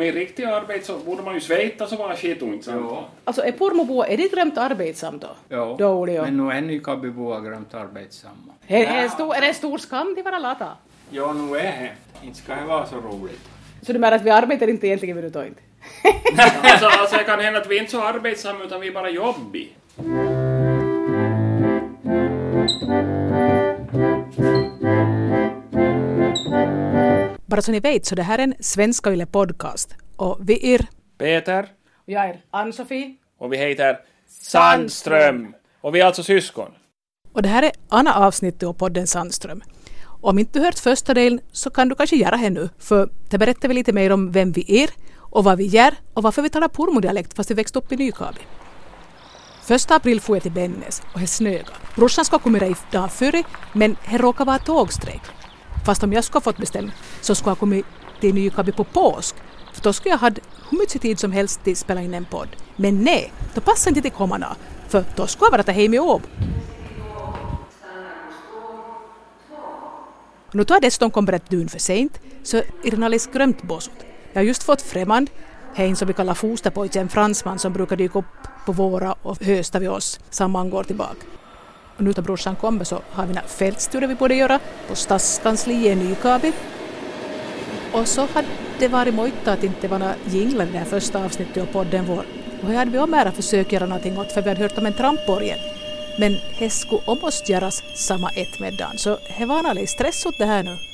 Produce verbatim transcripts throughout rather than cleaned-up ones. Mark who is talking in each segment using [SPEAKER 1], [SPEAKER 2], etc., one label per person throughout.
[SPEAKER 1] med riktigt arbete så borde man ju sveta så var skit inte sant.
[SPEAKER 2] Ja.
[SPEAKER 3] Alltså är Pormobo, är det grömt arbetsam då?
[SPEAKER 2] Ja,
[SPEAKER 3] Dålig, ja.
[SPEAKER 2] men nu är Nykabiboa grömt arbetsamma.
[SPEAKER 3] Är, är, det stor, är det en stor skam till vara lata?
[SPEAKER 2] Ja, nu är det. Inte ska det vara så roligt.
[SPEAKER 3] Så du menar att vi arbetar inte egentligen vid inte?
[SPEAKER 1] alltså, alltså det kan hända att vi inte är så arbetsamma utan vi är bara jobbig.
[SPEAKER 3] Bara så ni vet så det här är en Svenska Yle podcast och vi är
[SPEAKER 1] Peter.
[SPEAKER 3] Och jag är Ann-Sofie.
[SPEAKER 1] Och vi heter Sandström. Och vi är alltså syskon.
[SPEAKER 3] Och det här är Anna avsnittet av podden Sandström. Om inte du hört första delen så kan du kanske göra det nu. För det berättar vi lite mer om vem vi är och vad vi gör och varför vi talar pormodialekt fast vi växte upp i Nykabi. Första april får jag till Bennes och det snöga. Brorsan ska komma i dag före men det råkar vara tågstrejk. Fast om jag skulle ha fått bestämma så skulle jag komma till Nykabi på påsk. För då skulle jag ha hur mycket tid som helst till att spela in en podd. Men nej, då passar inte till kommarna. För då skulle jag vara hem i Åbo. Nu tar jag dessutom kommer ett dun för sent så är det alldeles grömt båsot. Jag har just fått främmand. En som vi kallar fosterpojke, en fransman som brukar dyka upp på våra och hösta vid oss samman går tillbaka. Och nu tar brorsan kommer så har vi några fältstudier vi borde göra på stadskansliet i Nykabi. Och så hade det varit mojta att inte var några jinglar i det här första avsnittet av podden vår. Och här hade vi om ära försökt göra någonting åt för vi hade hört om en tramporgel. Men det skulle om oss göras samma ett med dan. Så det var alldeles stress åt det här nu.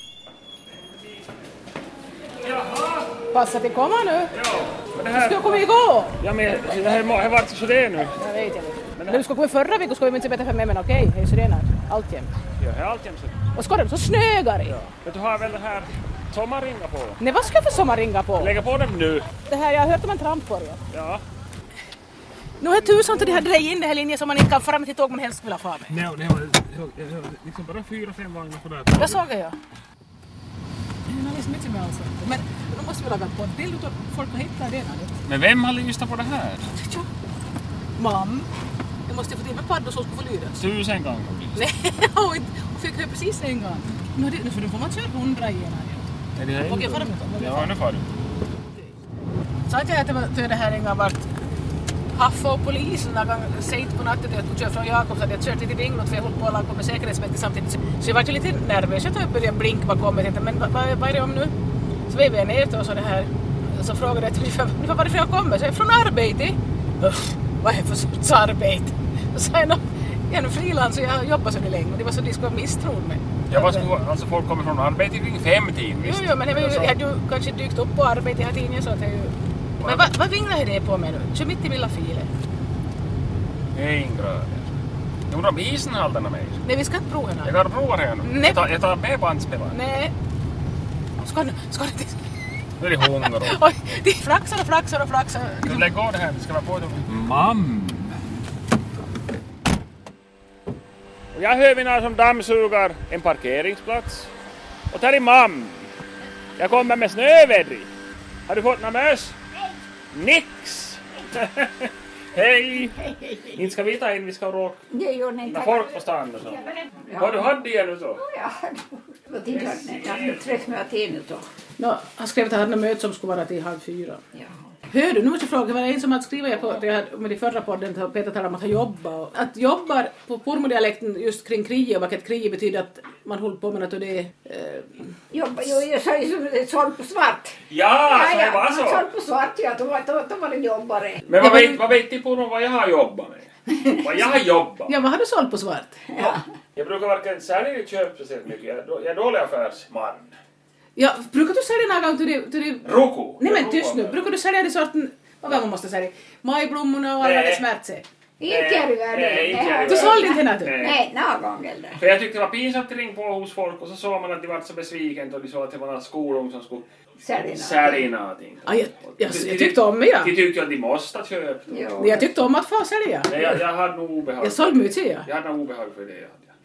[SPEAKER 1] Jaha.
[SPEAKER 3] Passa till komma nu.
[SPEAKER 1] Ja, men det här...
[SPEAKER 3] Ska jag komma igång?
[SPEAKER 1] Ja, men det här har varit så det är nu.
[SPEAKER 3] Jag vet inte. Men du ska komma förra veckan, ska vi inte bättre för mig, men okej, det är så det är alltjämt.
[SPEAKER 1] Ja, det är alltjämt så.
[SPEAKER 3] Och ska det så snögar det?
[SPEAKER 1] Ja. Men du har väl det här sommarringa på?
[SPEAKER 3] Nej, vad ska jag för sommarringa på?
[SPEAKER 1] Lägga på dem nu.
[SPEAKER 3] Det här, jag har hört om en tramporgel.
[SPEAKER 1] Ja.
[SPEAKER 3] Nu är det tusan att de har drejt in det här linjen som man inte kan fara med till tåg man helst vill ha fara med.
[SPEAKER 1] Nej, det var, det var liksom bara fyra, fem vagnar på det här.
[SPEAKER 3] Jag såg det, ja. Det är liksom inte med alls. Men då måste vi laga på en bild av folk har hittat det här.
[SPEAKER 1] Men vem har lyssnat på det här?
[SPEAKER 3] Ja. Mam. Jag måste få till med padd och så ska få lyda.
[SPEAKER 1] Tusen gånger.
[SPEAKER 3] Nej, hon fick höra precis en gång. Nu, nu för då får man köra hundra igen.
[SPEAKER 1] Är det här?
[SPEAKER 3] Okej, fara med dem.
[SPEAKER 1] Ja, nu far du.
[SPEAKER 3] Så att jag att det, var, det här en gång varit haffa och polisen när jag sent på natten att jag kör från Jakob så att jag kört lite ringlott för jag höll på att laga med säkerhetsmärke samtidigt. Så jag var lite nervös. Jag tog upp och blinka bakom mig och tänkte, men vad, vad är det om nu? Så vi var ner till och så det här. Så frågade jag ungefär varifrån jag kommer. Så jag är från arbete. Uff, vad är det för sorts arbete? Och så är jag, jag är nog frilans så jag jobbar så länge. Och det var så att de skulle misstro mig.
[SPEAKER 1] Ja, vad skulle, alltså folk kommer från arbete kring fem tid, visst?
[SPEAKER 3] Jo, jo, men jag, jag, jag hade ju kanske dykt upp på arbete hela tiden så att jag ju... Men vad, vad vinglar det på mig nu? Kör mitt i mina filer.
[SPEAKER 1] En grad. Jo, de isenhaldarna med.
[SPEAKER 3] Nej, vi ska inte prova henne.
[SPEAKER 1] Jag kan prova det här nu.
[SPEAKER 3] Nej.
[SPEAKER 1] Jag tar, jag tar B-bandspelaren.
[SPEAKER 3] Nej. Ska du... Ska du...
[SPEAKER 1] Nu är det hunger.
[SPEAKER 3] Oj, det flaxar och flaxar och flaxar.
[SPEAKER 1] Du lägger av det här, det ska vara på dem. Mam! Och jag hör vi någon som dammsugar en parkeringsplats. Och där är mam. Jag kommer med snövädrig. Har du fått någon möss? Nej. Nix! Hej! Inte ska vi ta in, vi ska råka. När folk på stan och så. Ja. Vad du hade igen och så?
[SPEAKER 4] Ja, det var tidigare när jag hade träff med Aten då.
[SPEAKER 3] No, han skrev att han hade en möte som skulle vara till halv fyra.
[SPEAKER 4] Ja.
[SPEAKER 3] Hör du, nu måste jag fråga, var det en som hade skrivit på det här, med det förra podden, Peter talade om att han jobbar. Att jobba på pormodialekten just kring kriget och vilket krig betyder att man håller på med något och det är... Eh...
[SPEAKER 4] Jobba, jo, jag sa ju som ett sånt på svart.
[SPEAKER 1] Ja, så det var så.
[SPEAKER 4] Ja, sånt på svart, ja, då var, då, då var det jobbare.
[SPEAKER 1] Men vad vet, vad vet ni på vad jag har jobbat med? Vad jag har jobbat med?
[SPEAKER 3] Ja, vad har du sålt på svart?
[SPEAKER 4] Ja.
[SPEAKER 1] Jag brukar varken sälja och köpa speciellt mycket. Jag är, jag är dålig affärsman.
[SPEAKER 3] Ja, brukar du sälja någon gång till det... Till det...
[SPEAKER 1] Roko.
[SPEAKER 3] Nej men tyst nu, brukar du sälja det sorten... Vad var man måste säga? Majblommorna och alla dess märtse?
[SPEAKER 4] Inte är det väl det.
[SPEAKER 3] Du sålde inte henne?
[SPEAKER 4] Nej, någon gång eller.
[SPEAKER 1] För jag tyckte det var pinsamt att ringa på hos folk och så såg man att de var så besviken och de såg att det var någon skolung som skulle sälja någonting.
[SPEAKER 3] Ja, jag, jag, jag tyckte om mig, ja.
[SPEAKER 1] De tyckte att de måste köpa.
[SPEAKER 3] Jag tyckte om att få sälja.
[SPEAKER 1] Nej, jag, jag hade nog obehag.
[SPEAKER 3] Jag sålde mycket, ja.
[SPEAKER 1] Jag hade nog obehag för det.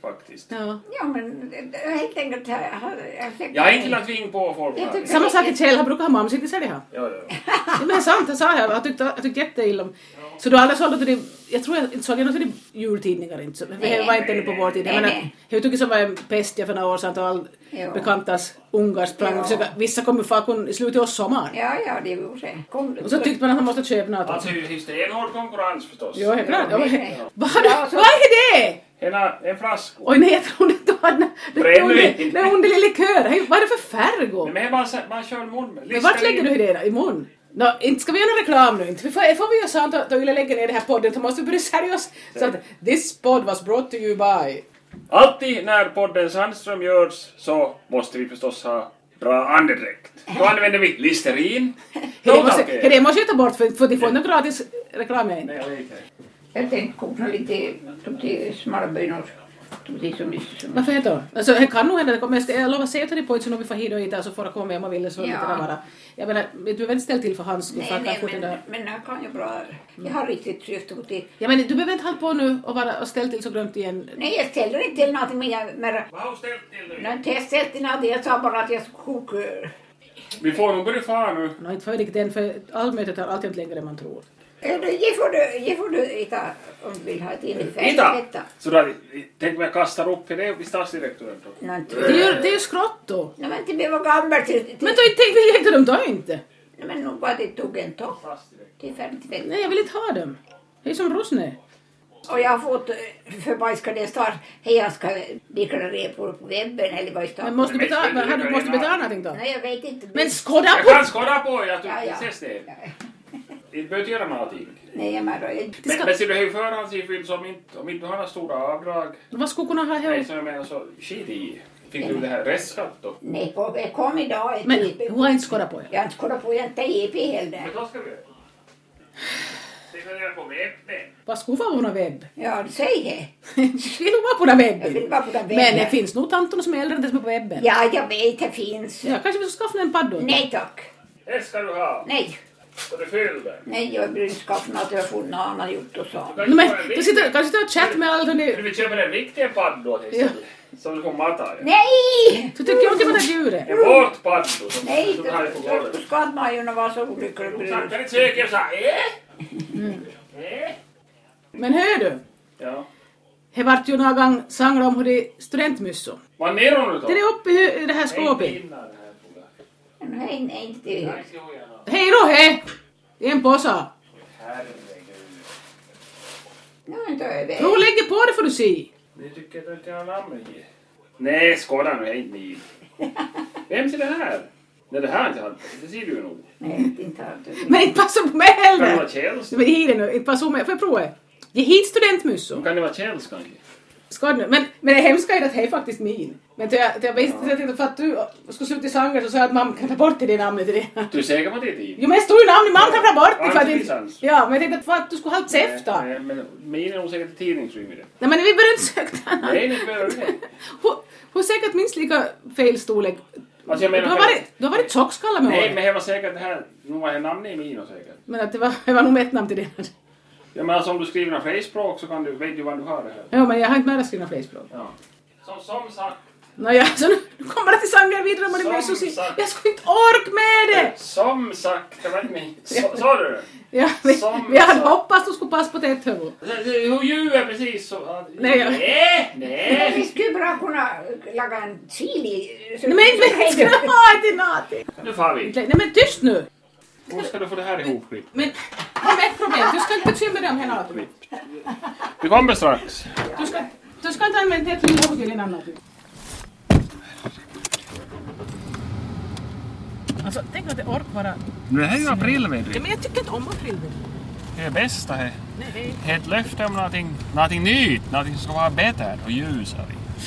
[SPEAKER 1] faktiskt.
[SPEAKER 3] Ja.
[SPEAKER 4] Ja, men helt enkelt har jag...
[SPEAKER 1] Jag har inte lagt ving på folk.
[SPEAKER 4] Jag tycker-
[SPEAKER 3] Samma sak i Kjell, han brukar ha mamsikt i sig det här.
[SPEAKER 1] Ja, ja.
[SPEAKER 3] Ja, men det är sant, han sa här, jag tyckte, jag tyckte jätteilla om. Så du har aldrig sålt till det, jag tror jag inte såg något till det jultidningar inte. Så,
[SPEAKER 4] Nej,
[SPEAKER 3] det var inte ännu på vår tid. Jag
[SPEAKER 4] nej,
[SPEAKER 3] menar,
[SPEAKER 4] nej.
[SPEAKER 3] jag tycker som var en pest jag för några år sedan och all
[SPEAKER 4] Ja.
[SPEAKER 3] bekantas ungar sprang.
[SPEAKER 4] Ja.
[SPEAKER 3] Och försöka, vissa kom ju faktiskt i slutet av sommaren.
[SPEAKER 4] Ja, ja, det gjorde det. Kom,
[SPEAKER 3] Och så tyckte man att man måste köpa något.
[SPEAKER 1] Alltså, det är en hård konkurrens förstås.
[SPEAKER 3] Jo, helt klart.
[SPEAKER 4] Ja,
[SPEAKER 3] Ja,
[SPEAKER 4] nej.
[SPEAKER 3] vad har du-
[SPEAKER 4] Ja, så-
[SPEAKER 3] vad är det?
[SPEAKER 1] En, en flaska.
[SPEAKER 3] Oj nej, jag tror inte det var den
[SPEAKER 1] Brännvin.
[SPEAKER 3] den underliga likör. Hej, vad är det för färg?
[SPEAKER 1] Men man, man kör mun med.
[SPEAKER 3] Men vart lägger du det då? I mun? Nå, inte ska vi göra någon reklam nu. Inte. Vi får, får vi göra sånt att Yle lägger ner det här podden så måste vi börja seriöst. Så att this pod was brought to you by.
[SPEAKER 1] Alltid när podden Sandström görs så måste vi förstås ha bra andedräkt. Då använder vi Listerin.
[SPEAKER 3] Det måste, det måste jag ta bort för, för de får inte gratis reklam med.
[SPEAKER 1] Nej, jag vet inte.
[SPEAKER 4] Jag tänkte koka lite till smalbönor. Det som som
[SPEAKER 3] Varför heter det? Alltså det kan nog hända, det kommer, jag lovar säga till dig på ett så när vi får hit och hit så får det komma med om man vill så
[SPEAKER 4] Ja.
[SPEAKER 3] lite där bara. Jag menar, du behöver inte ställa till för hans skull.
[SPEAKER 4] Nej,
[SPEAKER 3] för han kan
[SPEAKER 4] nej,
[SPEAKER 3] få den
[SPEAKER 4] men,
[SPEAKER 3] där.
[SPEAKER 4] men jag kan ju bra. Jag har riktigt syfte på det.
[SPEAKER 3] Ja men du behöver inte hålla på nu och, vara, och ställa till så glömt igen.
[SPEAKER 4] Nej, jag ställer inte till någonting mer. Men
[SPEAKER 1] Vad har du ställt till nu?
[SPEAKER 4] jag har inte ställt till någonting. Jag sa bara att jag ska koka.
[SPEAKER 1] Vi får nog börja fara nu.
[SPEAKER 3] Nå, inte för riktigt än för allmötet tar alltid längre än man tror.
[SPEAKER 4] Eller ge får du, ge får du ita om du vill ha ett in i
[SPEAKER 1] Ita!
[SPEAKER 4] fältet.
[SPEAKER 1] Så då, tänk mig jag kastar upp i det vid stadsdirektören då.
[SPEAKER 4] Nej, inte.
[SPEAKER 3] Det är ju, det är ju skrott då.
[SPEAKER 4] Nej, men inte vi var gammal till... till
[SPEAKER 3] Men då inte vill jag inte dem, ta inte.
[SPEAKER 4] Nej, men nog bara det tog en topp.
[SPEAKER 1] Stadsdirektör.
[SPEAKER 4] Det är färdigt fältet.
[SPEAKER 3] Nej, jag vill inte ha dem. Det är som rosne.
[SPEAKER 4] Och jag har fått förbajskade start. Hej, jag ska deklarera på, på webben eller vad i
[SPEAKER 3] Men måste du
[SPEAKER 1] Men
[SPEAKER 3] betala,
[SPEAKER 1] skulle du
[SPEAKER 3] har du,
[SPEAKER 1] börja
[SPEAKER 3] måste du betala
[SPEAKER 1] med-
[SPEAKER 3] någonting då?
[SPEAKER 4] Nej, jag vet inte.
[SPEAKER 3] Men skåda
[SPEAKER 1] Jag
[SPEAKER 3] på!
[SPEAKER 1] kan skåda på att du
[SPEAKER 4] Ja, ja.
[SPEAKER 1] ses det. Inte behöver göra någonting.
[SPEAKER 4] Nej, men då...
[SPEAKER 3] Det
[SPEAKER 1] Men,
[SPEAKER 3] ska-
[SPEAKER 1] men ser du hur förhandsifylld som inte, om inte du har några stora avdrag.
[SPEAKER 3] Vad skulle kunna ha
[SPEAKER 1] Nej,
[SPEAKER 3] här?
[SPEAKER 1] så jag menar så skit i. Fick du det här restskatt då?
[SPEAKER 4] Nej, på, jag kom idag ett
[SPEAKER 3] Men
[SPEAKER 4] E P.
[SPEAKER 3] hon har inte skådat på er.
[SPEAKER 4] Jag har inte kollat på, jag har inte E P heller.
[SPEAKER 1] Men då ska vi göra. Deklarera på webben.
[SPEAKER 3] Vad skulle vara på den webb?
[SPEAKER 4] Ja, säg det.
[SPEAKER 3] Vill hon vara på den
[SPEAKER 4] Jag vill
[SPEAKER 3] webben?
[SPEAKER 4] vara på den webben.
[SPEAKER 3] Men det finns nog tantorna som är äldre än det som är på webben.
[SPEAKER 4] Ja, jag vet, det finns.
[SPEAKER 3] Ja, kanske vi ska skaffa en padd då?
[SPEAKER 4] Nej, tack.
[SPEAKER 1] Det ska du ha.
[SPEAKER 4] Nej.
[SPEAKER 1] Så du fyller.
[SPEAKER 4] Nej, jag vill inte skaffa något. Jag har funnit något annat gjort och så.
[SPEAKER 3] Nej, men du sitter, kanske sitter och chatt med alla
[SPEAKER 1] Du
[SPEAKER 3] ni...
[SPEAKER 1] vill köpa den riktiga padd då till exempel. Som du får mata.
[SPEAKER 4] Nej!
[SPEAKER 3] Så tycker jag inte om det här djuret.
[SPEAKER 1] En vårt padd då. Som,
[SPEAKER 4] Nej,
[SPEAKER 1] som du har på
[SPEAKER 4] då
[SPEAKER 1] golvet.
[SPEAKER 4] ska inte man ju vara så olycklig.
[SPEAKER 1] Du kan inte söka och säga eh? Eh?
[SPEAKER 3] Men hör du,
[SPEAKER 1] Ja.
[SPEAKER 3] det vart ju någon gång sangrat om hur det är studentmyssor.
[SPEAKER 1] Vad ner hon nu då?
[SPEAKER 3] Det är uppe i det här skåpet.
[SPEAKER 1] Nej, innan det här, tror jag.
[SPEAKER 4] Nej, nej, inte det.
[SPEAKER 1] Nej, ska jag gärna.
[SPEAKER 3] Hej då, hej! I en påse.
[SPEAKER 1] Herregud.
[SPEAKER 4] Nu är inte över.
[SPEAKER 3] Prova lägga på det får du se.
[SPEAKER 1] Ni tycker att jag inte har namn i? Nej, skåda nu, jag är inte min. Vem ser det här? Nej, det här har inte han. Det ser du nog.
[SPEAKER 4] Nej, inte allt.
[SPEAKER 3] Men inte passa på mig
[SPEAKER 1] Kan det
[SPEAKER 3] heller.
[SPEAKER 1] vara Kjells?
[SPEAKER 3] Men ge det nu, inte passa på mig. Får jag prova? Ge hit studentmyssor.
[SPEAKER 1] Kan det vara Kjells kanske?
[SPEAKER 3] Ska du nu? Men, men det hemska är att det är faktiskt min. Men till jag, till jag visste jag tänkte för att du skulle sluta i sånger så sa jag att mamma kan ta bort det namnet till det.
[SPEAKER 1] Du är säker på det tid?
[SPEAKER 3] Jo men det stod ju namn, mamma kan ta bort det för att
[SPEAKER 1] Ja,
[SPEAKER 3] inte...
[SPEAKER 1] sant.
[SPEAKER 3] Ja, men jag tänkte att för att du skulle hålla efter.
[SPEAKER 1] Nej, men min är nog säkert tidningsrym i det.
[SPEAKER 3] Nej men vi börjar inte söka.
[SPEAKER 1] Nej, ni behöver det.
[SPEAKER 3] Hon, hon är säkert minst lika fel storlek.
[SPEAKER 1] Alltså, jag menar
[SPEAKER 3] du, har
[SPEAKER 1] fel-
[SPEAKER 3] varit, du har varit tjockskalla med
[SPEAKER 1] Nej,
[SPEAKER 3] åren.
[SPEAKER 1] men jag var säkert det här. Nu var det namnet i min och säkert.
[SPEAKER 3] Men att det var, det var nog ett namn till det.
[SPEAKER 1] Ja, men alltså om du skriver några flerspråk så kan du, vet du vad du har det här.
[SPEAKER 3] Ja men jag har inte med att skriva fler språk.
[SPEAKER 1] Ja. Som, som sagt.
[SPEAKER 3] Nåja, så nu, nu kommer det till sånger vidare om det blir så
[SPEAKER 1] Som
[SPEAKER 3] si-
[SPEAKER 1] sagt.
[SPEAKER 3] Jag skulle inte orka med det!
[SPEAKER 1] Som sagt, det var inte mig. Så- Sa du det?
[SPEAKER 3] Ja, vi,
[SPEAKER 1] Som
[SPEAKER 3] vi hade
[SPEAKER 1] sagt.
[SPEAKER 3] hoppats att du skulle passa på det ett huvud.
[SPEAKER 1] Hur ljuger precis så...
[SPEAKER 3] Nej, jag-
[SPEAKER 1] Nej,
[SPEAKER 4] Men
[SPEAKER 1] nej.
[SPEAKER 4] vi skulle bara kunna laga en chili. Så-
[SPEAKER 3] Nej men inte ska du ha det någonting.
[SPEAKER 1] Nu far vi.
[SPEAKER 3] Nej men tyst nu!
[SPEAKER 1] Hur ska du få det här ihopklippt?
[SPEAKER 3] Men det är ett problem, du ska inte bekymra dig om henne.
[SPEAKER 1] Vi kommer strax.
[SPEAKER 3] Du ska, du ska inte använda ett litet huvud till en annan. Alltså tänk att det orkar vara...
[SPEAKER 1] Men det här är ju aprilväder.
[SPEAKER 3] Ja, men jag tycker inte om aprilväder.
[SPEAKER 1] Det är bästa här.
[SPEAKER 3] Nej, det är...
[SPEAKER 1] Det är ett löfte om någonting, någonting nytt, någonting som ska vara bättre och ljusare.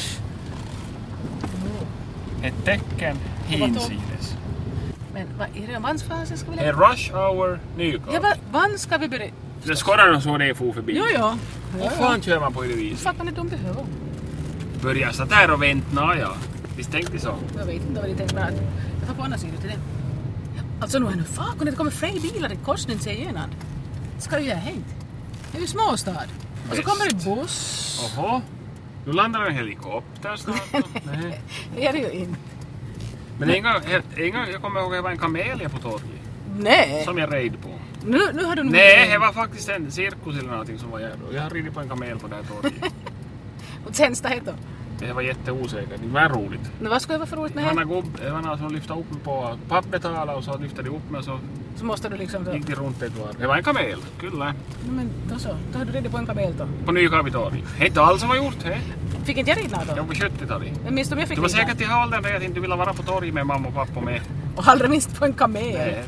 [SPEAKER 1] Ett tecken hinsides.
[SPEAKER 3] Men vad är det? Vann fasen ska vi
[SPEAKER 1] En
[SPEAKER 3] lägga?
[SPEAKER 1] rush hour nykap.
[SPEAKER 3] Ja, vad vann ska vi börja?
[SPEAKER 1] Det skådar nog så det får förbi.
[SPEAKER 3] Jo, ja.
[SPEAKER 1] Och fan kör man på det viset.
[SPEAKER 3] Fattar ni att de behöver?
[SPEAKER 1] Börja så där och vänta, ja. Visst tänkte så?
[SPEAKER 3] Jag vet inte vad de tänkte, men att jag tar på andra sidan till det. Alltså nu är det fan, det kommer fler bilar i korsningen sig igenom. Det ska ju göra hejt. Det är ju småstad. Och så kommer det buss.
[SPEAKER 1] Oho. Nu landar en helikopter snart. Nej.
[SPEAKER 3] Det är det ju inte.
[SPEAKER 1] Men en gång, en gång, jag kommer ihåg att det var en kamelia på torget.
[SPEAKER 3] Nej.
[SPEAKER 1] Som jag red på.
[SPEAKER 3] Nu, nu har du nog...
[SPEAKER 1] Nej, det var faktiskt en cirkus eller någonting som var jävla. Jag har ridit på en kamel på det här torget.
[SPEAKER 3] Och sen det heter.
[SPEAKER 1] Det var jätteosäkert. Det var roligt.
[SPEAKER 3] Men vad skulle det vara för roligt med
[SPEAKER 1] Han
[SPEAKER 3] det?
[SPEAKER 1] har gått, det var någon som lyfte upp mig på pappbetala och så lyfte de upp mig och så
[SPEAKER 3] Så måste du liksom...
[SPEAKER 1] gick de runt ett varv. Det var en kamel, kyllä.
[SPEAKER 3] No, men då så. Då har du ridit på en kamel då.
[SPEAKER 1] På Nykavitorg. Det är inte alls som har gjort det.
[SPEAKER 3] Fick inte jag rida då?
[SPEAKER 1] Jag var på sjuttiotalet.
[SPEAKER 3] Jag minns om jag fick
[SPEAKER 1] Du var
[SPEAKER 3] rida.
[SPEAKER 1] säkert i åldern där jag inte ville vara på torg med mamma och pappa med.
[SPEAKER 3] Och allra minst på en kamel.
[SPEAKER 1] Nej.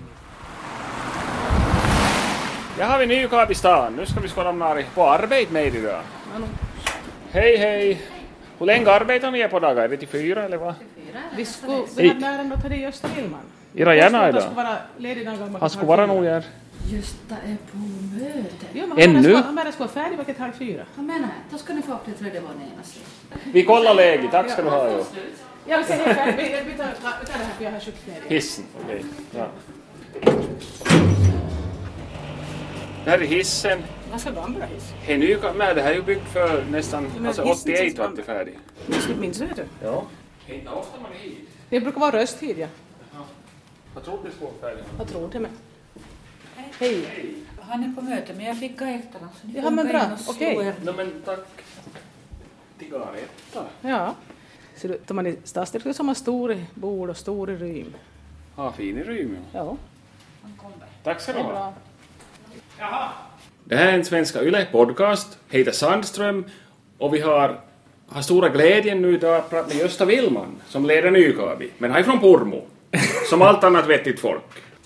[SPEAKER 1] Jag har vi Nykavi stan. Nu ska vi skåda ner på arbete med idag.
[SPEAKER 3] Ja, no.
[SPEAKER 1] Hej hej. Hur länge arbetar ni på dagar? Är det till fyra eller vad?
[SPEAKER 3] Vi skulle... Vi hade nära att ta det just till man.
[SPEAKER 1] Ira gärna
[SPEAKER 3] Han
[SPEAKER 1] idag.
[SPEAKER 3] skulle vara ledig någon gång.
[SPEAKER 1] Han skulle vara nog här.
[SPEAKER 5] Gösta är på möte.
[SPEAKER 3] Jo, men
[SPEAKER 1] Ännu?
[SPEAKER 3] han bara skulle vara färdig vilket halv fyra.
[SPEAKER 5] Vad menar jag? Då ska ni få upp till tredje våningen.
[SPEAKER 1] Vi kollar läget. Tack ska du ha. Jo.
[SPEAKER 3] Jag vill säga det är färdigt. Vi tar, vi tar det här för jag har skjutit ner det.
[SPEAKER 1] Hissen. Okej. Ja. Det här är hissen.
[SPEAKER 3] Vad ska de börja hiss?
[SPEAKER 1] Hej Nykavi. Nej, det här är ju byggt för nästan
[SPEAKER 3] Men
[SPEAKER 1] alltså
[SPEAKER 3] hissen
[SPEAKER 1] åttioett
[SPEAKER 3] känns
[SPEAKER 1] var det färdig.
[SPEAKER 3] Minns du det?
[SPEAKER 1] Ja. Inte ofta man är hit.
[SPEAKER 3] Det brukar vara rösttid, ja.
[SPEAKER 1] Jag tror det ska vara färdigt.
[SPEAKER 3] Jag tror det med. Hej.
[SPEAKER 5] Han är på möte, men jag fick gå efter honom. Så ni
[SPEAKER 3] Ja,
[SPEAKER 5] får
[SPEAKER 3] men
[SPEAKER 5] gå
[SPEAKER 3] bra.
[SPEAKER 5] in och slå
[SPEAKER 3] Okej.
[SPEAKER 5] er.
[SPEAKER 1] No, men tack. Tigaretta.
[SPEAKER 3] Ja. Så du, tar man i stadsdelen som har stor bord och stor rym.
[SPEAKER 1] Ha fin i rymmen.
[SPEAKER 3] Ja,
[SPEAKER 1] Tack ska
[SPEAKER 3] det
[SPEAKER 1] du
[SPEAKER 3] är
[SPEAKER 1] ha.
[SPEAKER 3] bra.
[SPEAKER 1] Det här är en Svenska Yle podcast. Jag heter Sandström och vi har, har stora glädjen nu idag att prata med Gösta Willman som leder Nykavi. Men han är från Pormo. Som allt annat vettigt folk.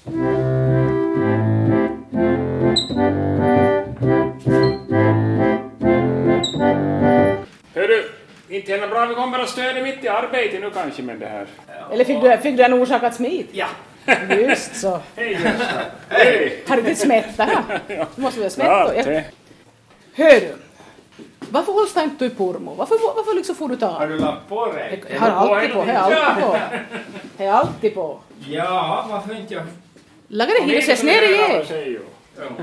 [SPEAKER 1] Hörru, inte är det bra vi kommer att stödja mitt i arbetet nu kanske med det här.
[SPEAKER 3] Eller fick du, fick du en orsak att smita?
[SPEAKER 1] Ja.
[SPEAKER 3] Just så.
[SPEAKER 1] Hej Gösta. Hej.
[SPEAKER 3] Har du inte smätta här? Du måste väl
[SPEAKER 1] Ja,
[SPEAKER 3] smätta? Ja.
[SPEAKER 1] det.
[SPEAKER 3] Hör du, varför hålls det inte i Pormo? Varför, varför liksom får du ta?
[SPEAKER 2] Har du lagt på dig?
[SPEAKER 3] Jag har alltid på, jag har alltid på. Jag har alltid på.
[SPEAKER 2] Ja, varför inte jag?
[SPEAKER 3] Lagar det hyresgäst ner igen?
[SPEAKER 1] Säger jag.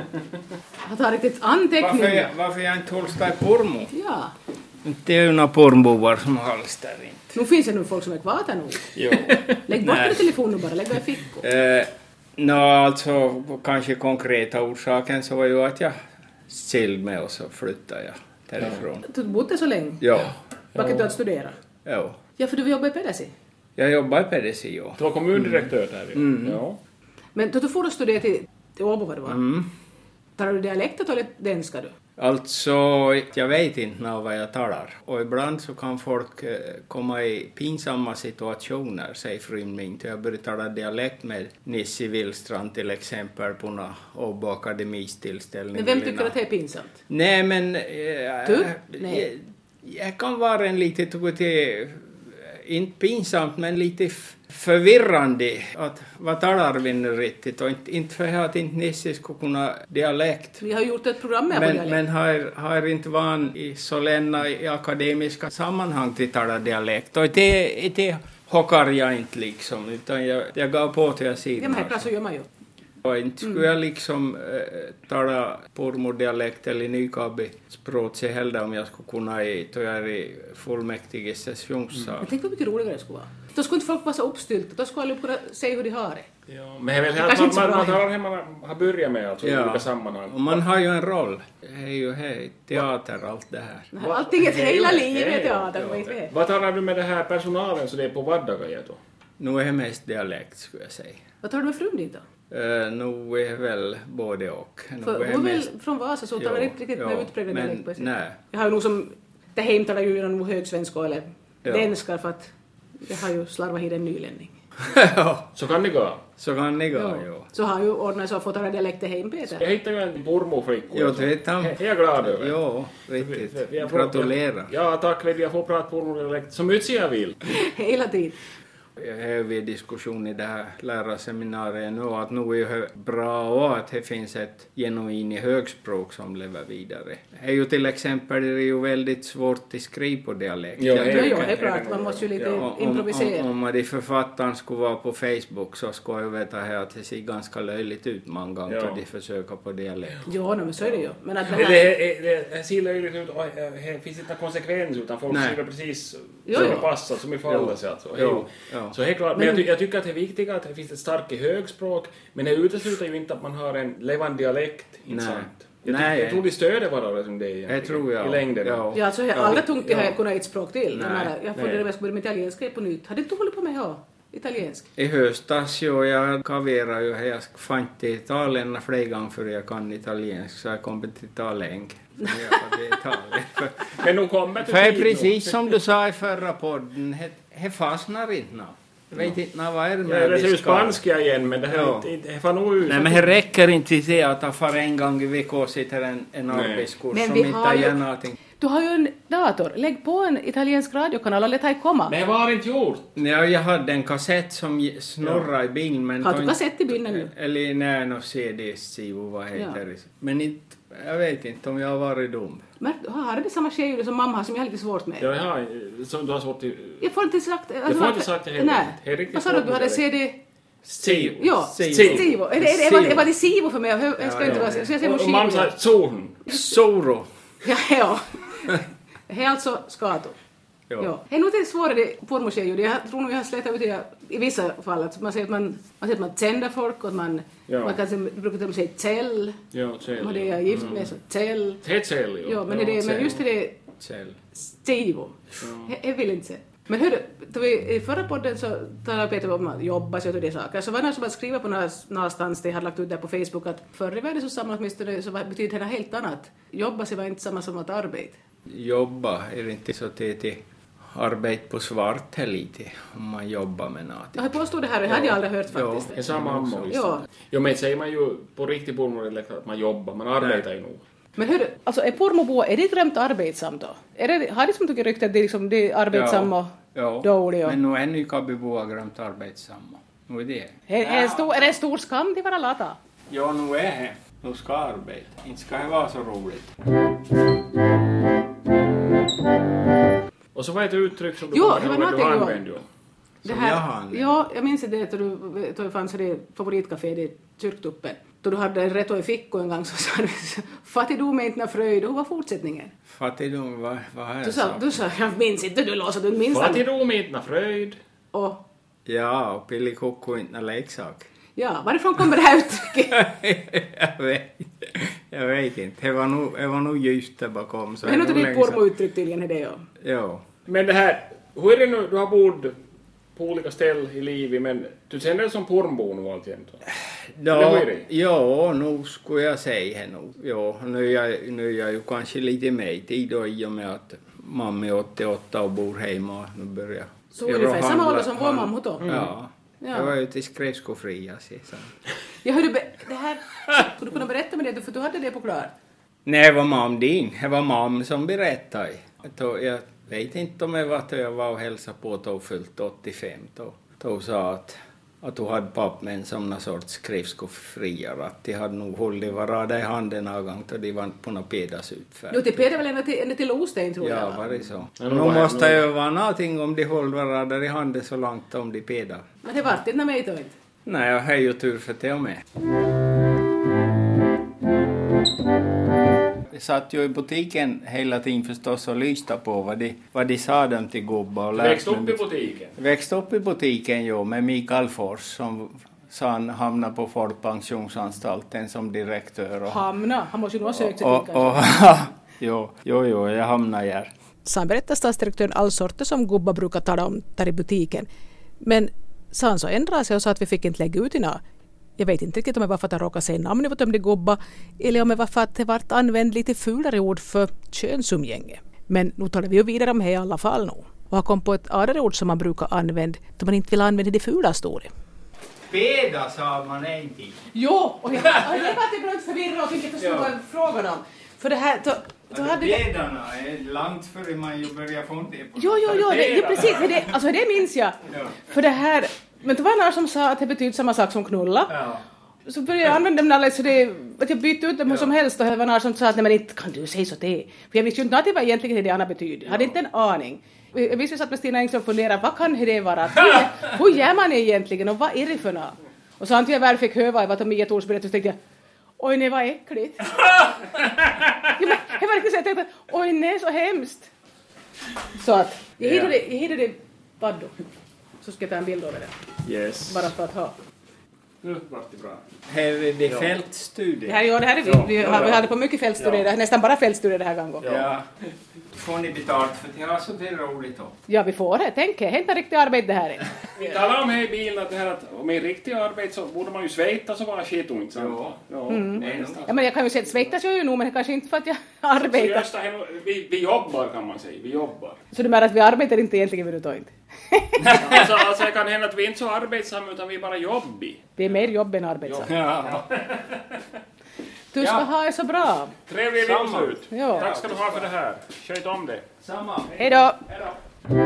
[SPEAKER 3] Jag tar riktigt anteckning.
[SPEAKER 2] Varför, jag- varför jag inte hålls där i Pormo?
[SPEAKER 3] Ja.
[SPEAKER 2] Det är ju några pormbovar som hålls där inte.
[SPEAKER 3] Nu finns det nog folk som är kvar där nu.
[SPEAKER 2] Jo.
[SPEAKER 3] Lägg bort
[SPEAKER 2] Nej.
[SPEAKER 3] din telefon nu bara, lägg den i fickor.
[SPEAKER 2] Eh, Nå, alltså kanske konkreta orsaken så var ju att jag skilde mig och så flyttade jag därifrån.
[SPEAKER 3] Du bodde så länge?
[SPEAKER 2] Ja.
[SPEAKER 3] Varför du att studera?
[SPEAKER 2] Ja.
[SPEAKER 3] Ja, för du jobbar i Pedesi.
[SPEAKER 2] Jag jobbar i P D C, ja.
[SPEAKER 1] Du var kommundirektör där ju.
[SPEAKER 2] Mm.
[SPEAKER 1] Ja.
[SPEAKER 3] Men då du får du studera till, till Åbo vad det var.
[SPEAKER 2] Mm.
[SPEAKER 3] Talar du dialektet eller danska du?
[SPEAKER 2] Alltså, jag vet inte nå vad jag talar. Och ibland så kan folk eh, komma i pinsamma situationer, säg för mig inte. Jag började tala dialekt med Nisse Willstrand till exempel på någon Åbo akademistillställning.
[SPEAKER 3] Men vem
[SPEAKER 2] eller
[SPEAKER 3] tycker
[SPEAKER 2] nå-
[SPEAKER 3] att det är pinsamt?
[SPEAKER 2] Nej, men... Eh,
[SPEAKER 3] Du?
[SPEAKER 2] eh,
[SPEAKER 3] Nej.
[SPEAKER 2] Jag, jag kan vara en lite, tycker det, inte pinsamt, men lite f- förvirrande. Att vad talar vi nu riktigt? Och inte, inte för att inte Nisse skulle kunna dialekt.
[SPEAKER 3] Vi har gjort ett program med på
[SPEAKER 2] Men,
[SPEAKER 3] dialekt.
[SPEAKER 2] men har, har inte van i så länge i akademiska sammanhang till tala dialekt. Och det, det hockar jag inte liksom, utan jag, jag gav på till jag
[SPEAKER 3] Ja, men här
[SPEAKER 2] sidan.
[SPEAKER 3] så gör man ju.
[SPEAKER 2] Och inte skulle jag liksom äh, tala pormodialekt eller nykabi-språk så heller om jag skulle kunna i, då jag är i fullmäktige sessionssal.
[SPEAKER 3] Jag tänkte vad mycket roligare det skulle vara. Då skulle inte folk vara så uppstylta. Då skulle alla kunna säga hur de har det.
[SPEAKER 1] Ja, men det är väl
[SPEAKER 3] Det
[SPEAKER 1] här att
[SPEAKER 3] kanske
[SPEAKER 1] man,
[SPEAKER 3] inte så
[SPEAKER 1] man,
[SPEAKER 3] bra
[SPEAKER 1] man tar hem man har börjat med alltså, i
[SPEAKER 2] Ja.
[SPEAKER 1] olika sammanhang.
[SPEAKER 2] Och man har ju en roll. Det är ju hej, teater, allt det här.
[SPEAKER 3] Va? Allting är hela
[SPEAKER 1] Hej,
[SPEAKER 3] livet
[SPEAKER 1] hej,
[SPEAKER 3] är teater.
[SPEAKER 1] ja.
[SPEAKER 3] Vet vi.
[SPEAKER 1] Vad talar du med det här personalen så det är på vardagar då?
[SPEAKER 2] Nu är det mest dialekt skulle jag säga.
[SPEAKER 3] Vad tar du med frun din då?
[SPEAKER 2] Uh, nu är väl både och. Nu
[SPEAKER 3] För
[SPEAKER 2] är
[SPEAKER 3] hon är
[SPEAKER 2] mest-
[SPEAKER 3] väl från Vasa så hon talar
[SPEAKER 2] Jo,
[SPEAKER 3] inte riktigt
[SPEAKER 2] jo,
[SPEAKER 3] med utpräglad
[SPEAKER 2] men
[SPEAKER 3] dialekt på sig.
[SPEAKER 2] nej.
[SPEAKER 3] Jag har ju nog som... Det hem talar ju nog högsvenska eller
[SPEAKER 2] Ja.
[SPEAKER 3] danska för att jag har ju slarvat hit en nylänning.
[SPEAKER 2] Ja,
[SPEAKER 1] Så kan det gå.
[SPEAKER 2] så kan det gå,
[SPEAKER 3] Ja.
[SPEAKER 2] jo.
[SPEAKER 3] Så har ju ordnat så att få tala dialekter hem Peter.
[SPEAKER 1] Jag hittade ju en pormoflicka.
[SPEAKER 2] Jo, det vet han.
[SPEAKER 1] Det är jag glad över.
[SPEAKER 2] Jo, riktigt.
[SPEAKER 1] Jag får-
[SPEAKER 2] Gratulerar.
[SPEAKER 1] Ja, tack. Jag får prata pormodialekt så mycket jag vill.
[SPEAKER 3] Hela tiden.
[SPEAKER 2] Jag har vi diskussion i det här lärarseminariet nu att nu är det bra att det finns ett genuint högspråk som lever vidare. Det är ju till exempel det är ju väldigt svårt att skriva på dialekt.
[SPEAKER 3] Jo, jo, det är klart. Man måste ju lite
[SPEAKER 2] ja,
[SPEAKER 3] improvisera.
[SPEAKER 2] Om, om, om de författaren skulle vara på Facebook så skulle jag veta här att det ser ganska löjligt ut många gånger ja. Att de försöker på dialekt.
[SPEAKER 3] Jo, men så är det ju. Men att det
[SPEAKER 1] här...
[SPEAKER 3] Det,
[SPEAKER 1] det, det, det ser löjligt ut och det finns inte konsekvens utan folk skriver precis som det passar, som i fallet. Alltså.
[SPEAKER 2] Jo, jo.
[SPEAKER 1] Så helt klart, men jag, ty- jag tycker att det är viktigt att det finns ett starkt högspråk, men det utesluter ju inte att man har en levande dialekt, inte sant? Jag,
[SPEAKER 2] Nej,
[SPEAKER 1] jag tror de stöder varandra som det är
[SPEAKER 2] jag tror jag.
[SPEAKER 1] I längden.
[SPEAKER 3] Ja, ja alltså jag har aldrig tungt att kunna ett språk till.
[SPEAKER 2] Nej,
[SPEAKER 3] jag menar, jag får det med att börja med italienska på nytt. Hade du inte hållit på med att ha italiensk?
[SPEAKER 2] I höstas, jo, jag kaverar ju här. Jag fann till Italien flera gånger för jag kan italiensk, så jag kommer till Italien.
[SPEAKER 1] Men nu kommer
[SPEAKER 2] för är precis som du sa i förra podden, det fastnar inte nå. Jag vet inte vad är det med.
[SPEAKER 1] Ja, det är ju spanska igen, men det här
[SPEAKER 2] ja.
[SPEAKER 1] inte, det får nog ut.
[SPEAKER 2] Nej, men det räcker inte att se att för en gång i veckan sitter en, en arbetskurs som inte gör någonting.
[SPEAKER 3] Du har ju en dator. Lägg på en italiensk radiokanal och låt dig komma.
[SPEAKER 1] Men vad har inte gjort?
[SPEAKER 2] Ja, jag hade en kassett som snurrar ja. I bilen. Men
[SPEAKER 3] har du kassett i bilen nu?
[SPEAKER 2] Eller nej, no C D-sivo, vad heter det? Ja. Men inte, jag vet inte om jag har varit dum.
[SPEAKER 3] Men har det samma tjejljud som mamma har som jag har lite svårt med?
[SPEAKER 1] Ja, ja, som du har svårt till...
[SPEAKER 3] Jag får inte sagt...
[SPEAKER 1] Jag får inte sagt det heller.
[SPEAKER 3] Nej. Vad sa du? Du hade C D...
[SPEAKER 1] Sivo.
[SPEAKER 3] Ja, Sivo. Är det var det Sivo för mig? Jag ska inte vara... Så jag säger
[SPEAKER 1] och mamma sa Zorn.
[SPEAKER 2] Zoro.
[SPEAKER 3] Ja, ja. Det är alltså skator. Ja. Ja. Det är nog inte svårare pormotjejljud. Jag tror nog jag har slätat ut det i vissa fall. Att man säger att man, man, säger att man tänder folk och att man, ja. Man kanske brukar till och med säga tell.
[SPEAKER 1] Ja, tell.
[SPEAKER 3] Och det är gift med så tell.
[SPEAKER 1] Det är tell,
[SPEAKER 3] ja. Men, ja, det, men just det Sivo. Ja. Jag vill inte säga. Men hörru, vi, i förra podden så talade Peter om att jobba sig och det saker. Så var det någon som hade skrivit på någonstans, det hade lagt ut där på Facebook, att förr i världen så samma åtminstone så betyder det helt annat. Jobba sig var inte samma som att arbeta.
[SPEAKER 2] Jobba är det inte så till arbete på svart lite om man jobbar med något.
[SPEAKER 3] Jag påstod det här, det hade jag aldrig hört faktiskt.
[SPEAKER 1] Ja, det är samma mamma.
[SPEAKER 3] Ja.
[SPEAKER 1] Jo, men säger man ju på riktigt pormodialekt att man jobbar, man arbetar ju nog.
[SPEAKER 3] Men hörru, alltså är pormobo, är det grämt arbetsamt då? Är det, har det som tycker rykte att det är, liksom, det är arbetsamma och
[SPEAKER 2] ja.
[SPEAKER 3] dåliga?
[SPEAKER 2] Men nu är nu Kabiboa grämt arbetsamma. Nu är det.
[SPEAKER 3] Är, är, det stor, är det en stor skam till vara lata?
[SPEAKER 2] Ja, nu är det. Nu ska arbeta. Inte ska det vara så roligt.
[SPEAKER 1] Och så var det ett uttryck som du,
[SPEAKER 3] jo,
[SPEAKER 1] det var du använde ju.
[SPEAKER 3] Det här, ja, jag minns det att du, du fanns det favoritcafé i Kyrktuppen. Då du hade en rätt och en ficka en gång så sa du fattigdom är inte fröjd. Och vad var fortsättningen?
[SPEAKER 2] Fattigdom, vad, vad är det?
[SPEAKER 3] Du sa, du sa, jag minns inte, du låser du minns.
[SPEAKER 1] Fattigdom är inte fröjd.
[SPEAKER 3] Och?
[SPEAKER 2] Ja, och pillikokko är inte leksak.
[SPEAKER 3] Ja, varifrån kommer det här uttrycket?
[SPEAKER 2] jag vet Jag vet inte. Det var nog, det var nog just där bakom. Så
[SPEAKER 3] men det är nog ditt pormo-uttryck tydligen är det, ja.
[SPEAKER 2] Ja.
[SPEAKER 1] Men det här, hur är det nu, du har bott på olika ställen i livet, men du känner dig som pormbo nu alltjämt?
[SPEAKER 2] Ja, ja, nu skulle jag säga nog. Ja, nu är jag, nu är jag ju kanske lite med i tid då, i och med att mamma är åttioåtta och bor hemma och nu börjar
[SPEAKER 3] så ungefär samma ålder som vår mamma då?
[SPEAKER 2] Mm. Ja. Ja. Jag var ute i skräpskofria.
[SPEAKER 3] Jag hörde det här, skulle du kunna berätta med det, för du hade det på klart?
[SPEAKER 2] Nej, det var mam din. Det var mam som berättade. Jag vet inte om jag var att jag var och hälsade på att jag fyllt åttiofem. Då, då sa att, att du hade pappmän som någon sorts skräpskofriare. Att de hade nog hållit varandra i handen någon gång och de var på något pedas utfärd.
[SPEAKER 3] Jo, det pedade väl ända till, till Ostein tror
[SPEAKER 2] ja,
[SPEAKER 3] jag.
[SPEAKER 2] Ja, var det så. Ja, nu måste det ju vara någonting om de håller varandra i handen så långt om de pedar.
[SPEAKER 3] Men det var inte när mig då inte?
[SPEAKER 2] Nej, jag har ju tur för det och med. Jag satt ju i butiken hela tiden förstås och lyste på vad de, vad de sa dem till gubbar.
[SPEAKER 1] Växte upp i butiken?
[SPEAKER 2] Växte upp i butiken, jo, med Mikael Fors som sa han hamnade på Folkpensionsanstalten som direktör. Och,
[SPEAKER 3] hamna? Han måste ju nog ha sökt sig
[SPEAKER 2] och,
[SPEAKER 3] till
[SPEAKER 2] och, jo, jo, jo, jag hamnade här.
[SPEAKER 3] Så han berättar stadsdirektören all sorter som gubbar brukar tala om där i butiken. Men så han så ändrade sig och sa att vi fick inte lägga ut i något. Jag vet inte riktigt om det var för att han råkade säga namnet på de gubbar eller om det var för att det var använt lite fulare ord för könsumgänge. Men nu talar vi ju vidare om det i alla fall nu. Och han kom på ett andra ord som man brukar använda då man inte vill använda det fulaste ordet.
[SPEAKER 2] Peda sa man inte.
[SPEAKER 3] Jo, och jag, jag var till grund förvirrad och inte förstod vad frågan om. För det här... Då, då hade det...
[SPEAKER 2] Bädarna är långt före man ju börjar fundera på.
[SPEAKER 3] Jo, jo, jo, det, ja, precis. För det, alltså det minns jag.
[SPEAKER 2] Ja.
[SPEAKER 3] För det här... Men det var någon som sa att det betyder samma sak som knulla.
[SPEAKER 2] Ja.
[SPEAKER 3] Så började jag använda dem där, så det, att jag bytte ut dem hur som helst, och det var någon som sa att nej, men inte kan du säga så det. För jag visste ju inte att det var egentligen det andra betyder. Jag hade inte en aning. Jag visste så att med Stina Engström funderade, vad kan det vara? Hur, hur gör man egentligen och vad är det för något? Och så antingen jag väl fick höra vad Mia Thors berättade, så tänkte jag, oj nej vad äckligt. jag, jag var riktigt så jag tänkte, oj nej så hemskt. Så att, jag hittade det, jag hittade det baddo. Så ska jag ta en bild av det.
[SPEAKER 1] Yes.
[SPEAKER 3] Bara för att ha.
[SPEAKER 1] Nu var det bra.
[SPEAKER 2] Här är det
[SPEAKER 1] Ja.
[SPEAKER 2] fältstudier.
[SPEAKER 3] Det här, ja, det här är vi.
[SPEAKER 1] Ja,
[SPEAKER 3] Vi,
[SPEAKER 1] ja,
[SPEAKER 3] har, vi
[SPEAKER 1] ja.
[SPEAKER 3] hade på mycket fältstudier,
[SPEAKER 1] Ja.
[SPEAKER 3] nästan bara fältstudier det här gången.
[SPEAKER 1] Ja.
[SPEAKER 2] Ja. Får ni betalt för det har så det är roligt då?
[SPEAKER 3] Ja, vi får det. Tänk, hämta riktigt arbete det här är.
[SPEAKER 1] Vi talar om här i bilen att det här att om i riktig arbete så borde man ju sveta så var skit ont. Sant?
[SPEAKER 2] Ja.
[SPEAKER 1] Ja.
[SPEAKER 3] Mm.
[SPEAKER 2] Nej,
[SPEAKER 3] Ja, men jag kan ju säga att svettas jag ju nog, men det kanske inte för att jag
[SPEAKER 1] Så
[SPEAKER 3] arbetar.
[SPEAKER 1] just det här, vi, vi jobbar kan man säga, vi jobbar.
[SPEAKER 3] Så du menar att vi arbetar inte egentligen överhuvudtaget inte?
[SPEAKER 1] alltså, alltså det kan hända att vi inte är så arbetsamma utan vi är bara jobbig.
[SPEAKER 3] Det är mer jobb än arbetsam.
[SPEAKER 1] Ja.
[SPEAKER 3] Du ska
[SPEAKER 2] Ja.
[SPEAKER 3] ha det så bra.
[SPEAKER 1] Trevlig
[SPEAKER 2] Samma.
[SPEAKER 1] livslut.
[SPEAKER 3] Ja.
[SPEAKER 1] Tack ska du ha för det här. Sköt om det.
[SPEAKER 2] Samma.
[SPEAKER 3] Hej då!
[SPEAKER 1] Hej då.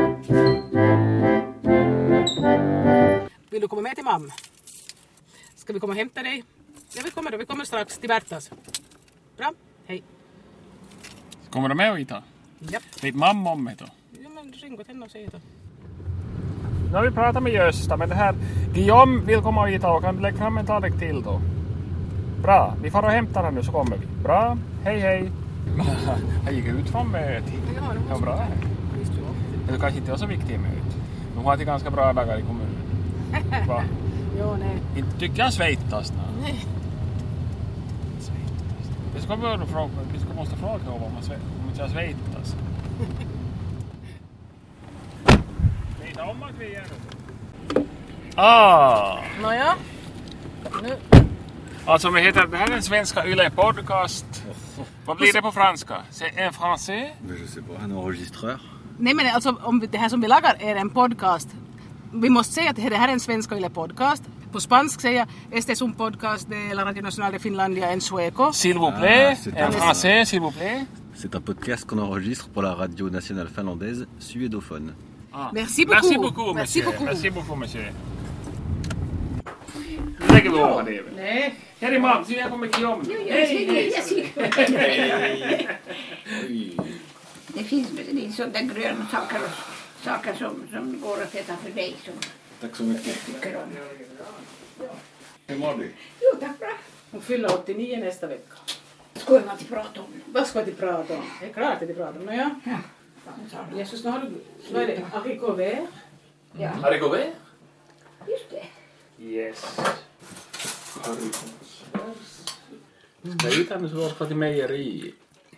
[SPEAKER 3] Vill du komma med till mamma? Ska vi komma och hämta dig? Ja, vi kommer då. Vi kommer strax till Bertas. Bra, hej.
[SPEAKER 1] Kommer du med och hita?
[SPEAKER 3] Japp.
[SPEAKER 1] Vet mamma om det då?
[SPEAKER 3] Ja, men ring åt henne och säg det.
[SPEAKER 1] Nu har vi pratat med Gösta, men det här Guillaume vill komma och hita och kan du lägga fram en tallrik till då? Bra, vi får och hämta den nu så kommer vi. Bra, hej hej. Jag gick ut från mötet.
[SPEAKER 3] Ja, det
[SPEAKER 1] Ja, bra. Det kanske inte var så viktigt möte. De har det ganska bra dagar i kommunen. Va?
[SPEAKER 3] Jo, nej.
[SPEAKER 1] Inte tycker jag Schweitas.
[SPEAKER 3] Nej.
[SPEAKER 1] Vi ska, börja fråga, vi ska måste fråga om man om inte jag Schweitas. Vet om att vi är det. Ah!
[SPEAKER 3] Nåja. Nu.
[SPEAKER 1] Alltså vi heter, det här är en svenska Yle podcast. Vad blir det på franska? C'est en français?
[SPEAKER 6] Mais je sais pas, un enregistreur.
[SPEAKER 3] Nej, men alltså om vi- det här som vi lagar är en podcast. Vi måste säga att det här är en svenska Yle podcast. På spansk säger este es un podcast de la Radio Nacional de Finlandia en sueco.
[SPEAKER 1] S'il vous plaît,
[SPEAKER 6] Ah, c'est
[SPEAKER 1] en
[SPEAKER 6] un-
[SPEAKER 1] français, s'il vous plaît.
[SPEAKER 6] C'est un podcast qu'on enregistre pour la radio nationale finlandaise suédophone.
[SPEAKER 1] Ah.
[SPEAKER 3] Merci beaucoup.
[SPEAKER 1] Merci beaucoup,
[SPEAKER 3] Merci
[SPEAKER 1] monsieur.
[SPEAKER 3] beaucoup.
[SPEAKER 1] Merci beaucoup, monsieur. Nu lägger vi av det.
[SPEAKER 3] Nej.
[SPEAKER 1] Här är Mams, jag kommer Guillaume.
[SPEAKER 4] Hej, hej. Det finns det är sådana gröna saker, och saker som, som går att äta för dig som
[SPEAKER 6] Tack så mycket.
[SPEAKER 4] tycker om.
[SPEAKER 6] Hur mår du?
[SPEAKER 4] Jo, tack bra.
[SPEAKER 3] Hon fyller åttionio nästa vecka.
[SPEAKER 4] Ska man inte prata om?
[SPEAKER 3] Vad ska vi prata om? Det är klart att vi pratar om. Nåja.
[SPEAKER 4] Ja, fan sa du.
[SPEAKER 3] Jesus, nu har du... Vad är det? Haricot vert?
[SPEAKER 4] Ja,
[SPEAKER 1] Haricot?
[SPEAKER 4] just det.
[SPEAKER 1] Yes. Ska jag hitta nu så varför till mejeri?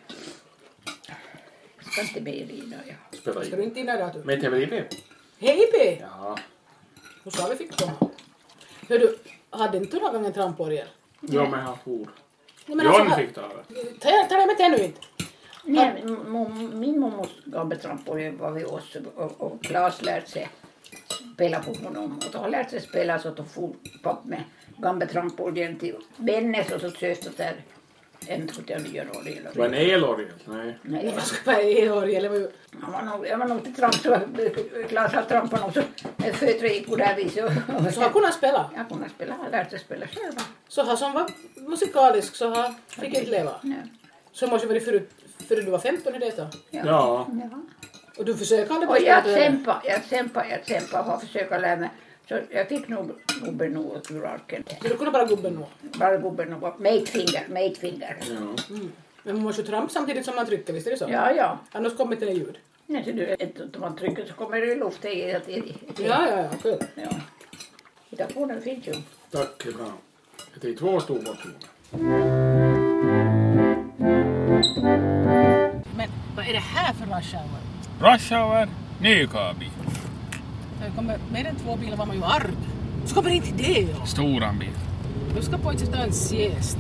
[SPEAKER 4] Ska inte mejeri då, ja.
[SPEAKER 1] Spela
[SPEAKER 3] Ska du
[SPEAKER 1] in.
[SPEAKER 3] inte in där du?
[SPEAKER 1] Med T V P?
[SPEAKER 3] Hej P!
[SPEAKER 1] Ja.
[SPEAKER 3] Hur sa vi fick komma? Hör du, hade inte du någon gång en tramporgel?
[SPEAKER 1] Ja, men han for.
[SPEAKER 3] Nej, men alltså,
[SPEAKER 1] John
[SPEAKER 3] ha-
[SPEAKER 1] fick ta det.
[SPEAKER 3] ta, ta det med ännu inte.
[SPEAKER 4] Nej, mom- min mormors gambetrampolin var vid oss och, och Claes lärde sig spela på honom. Och då har lärt sig spela så att de for på med gambetrampolin till Bennes och så sökte det där en sjuttionio år.
[SPEAKER 1] Det var en elorgel. Nej.
[SPEAKER 4] Nej,
[SPEAKER 3] Vad ska jag i orgel? Det var ju...
[SPEAKER 4] han var nog, jag var nog till tramp så Claes har trampat och så fötter gick på det här viset.
[SPEAKER 3] Så har kunnat spela.
[SPEAKER 4] Jag kunde spela, jag lärde sig spela själv.
[SPEAKER 3] Så har som var musikalisk så har fick inte leva.
[SPEAKER 4] Ja.
[SPEAKER 3] Så måste varit förut, förut du var femton i detta.
[SPEAKER 4] Ja.
[SPEAKER 1] Ja.
[SPEAKER 4] Ja.
[SPEAKER 3] Och du försöker aldrig
[SPEAKER 4] Och jag
[SPEAKER 3] spela.
[SPEAKER 4] kämpade, jag kämpade, jag kämpade och har försökt lära mig. Så jag fick nog gubben nog ur arken.
[SPEAKER 3] Så du kunde bara gubben nu.
[SPEAKER 4] Bara gubben nog. Mate finger, mate finger.
[SPEAKER 1] Ja.
[SPEAKER 3] Men man måste ju trampa samtidigt som man trycker, visst är det så?
[SPEAKER 4] Ja, ja.
[SPEAKER 3] Annars kommer inte det ljud.
[SPEAKER 4] Nej, så du, om man trycker så kommer det luft i. i, i.
[SPEAKER 3] Ja, ja, ja, kul.
[SPEAKER 4] Ja. Hitta på den finns ju.
[SPEAKER 1] Tack, det är bra. Det är två stora portioner.
[SPEAKER 3] Men vad är det här för rush hour?
[SPEAKER 1] Rush hour, Nykabi.
[SPEAKER 3] Det kommer mer än två bilar var man ju arg. Så kommer det inte det, ja.
[SPEAKER 1] Storan bil.
[SPEAKER 3] Du ska på ett ta en siesta.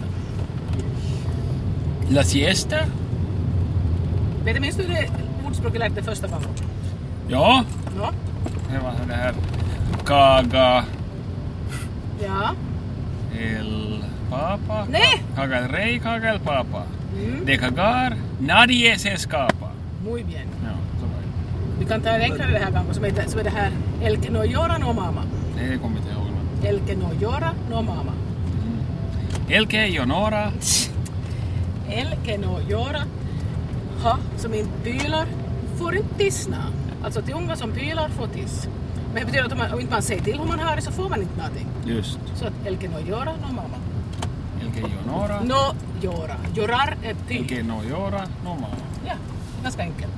[SPEAKER 1] La siesta?
[SPEAKER 3] Vet du, minns du det ordspråket lärde första gången?
[SPEAKER 1] Ja,
[SPEAKER 3] Ja.
[SPEAKER 1] det var det här. Kaga,
[SPEAKER 3] Ja.
[SPEAKER 1] el... papa.
[SPEAKER 3] Nej.
[SPEAKER 1] Caga el rey, caga el papa.
[SPEAKER 3] Mm.
[SPEAKER 1] De cagar, nadie se escapa.
[SPEAKER 3] Muy bien.
[SPEAKER 1] Ja, så var det.
[SPEAKER 3] Vi kan ta en enklare det här gången som är, som är det här El que no llora no mama.
[SPEAKER 1] Det kommer inte ihåg.
[SPEAKER 3] El que no llora no mama.
[SPEAKER 1] El que yo nora.
[SPEAKER 3] El que no llora, ha, som inte pylar, får inte tissna. Alltså till unga som pylar får tiss. Men det betyder att om, man, om inte man säger till hur man har det så får man inte någonting.
[SPEAKER 1] Just.
[SPEAKER 3] Så att el que no llora no mama.
[SPEAKER 1] El que yo nora.
[SPEAKER 3] No llora. Llorar är py.
[SPEAKER 1] El que no llora, no mama.
[SPEAKER 3] Ja, ganska enkelt.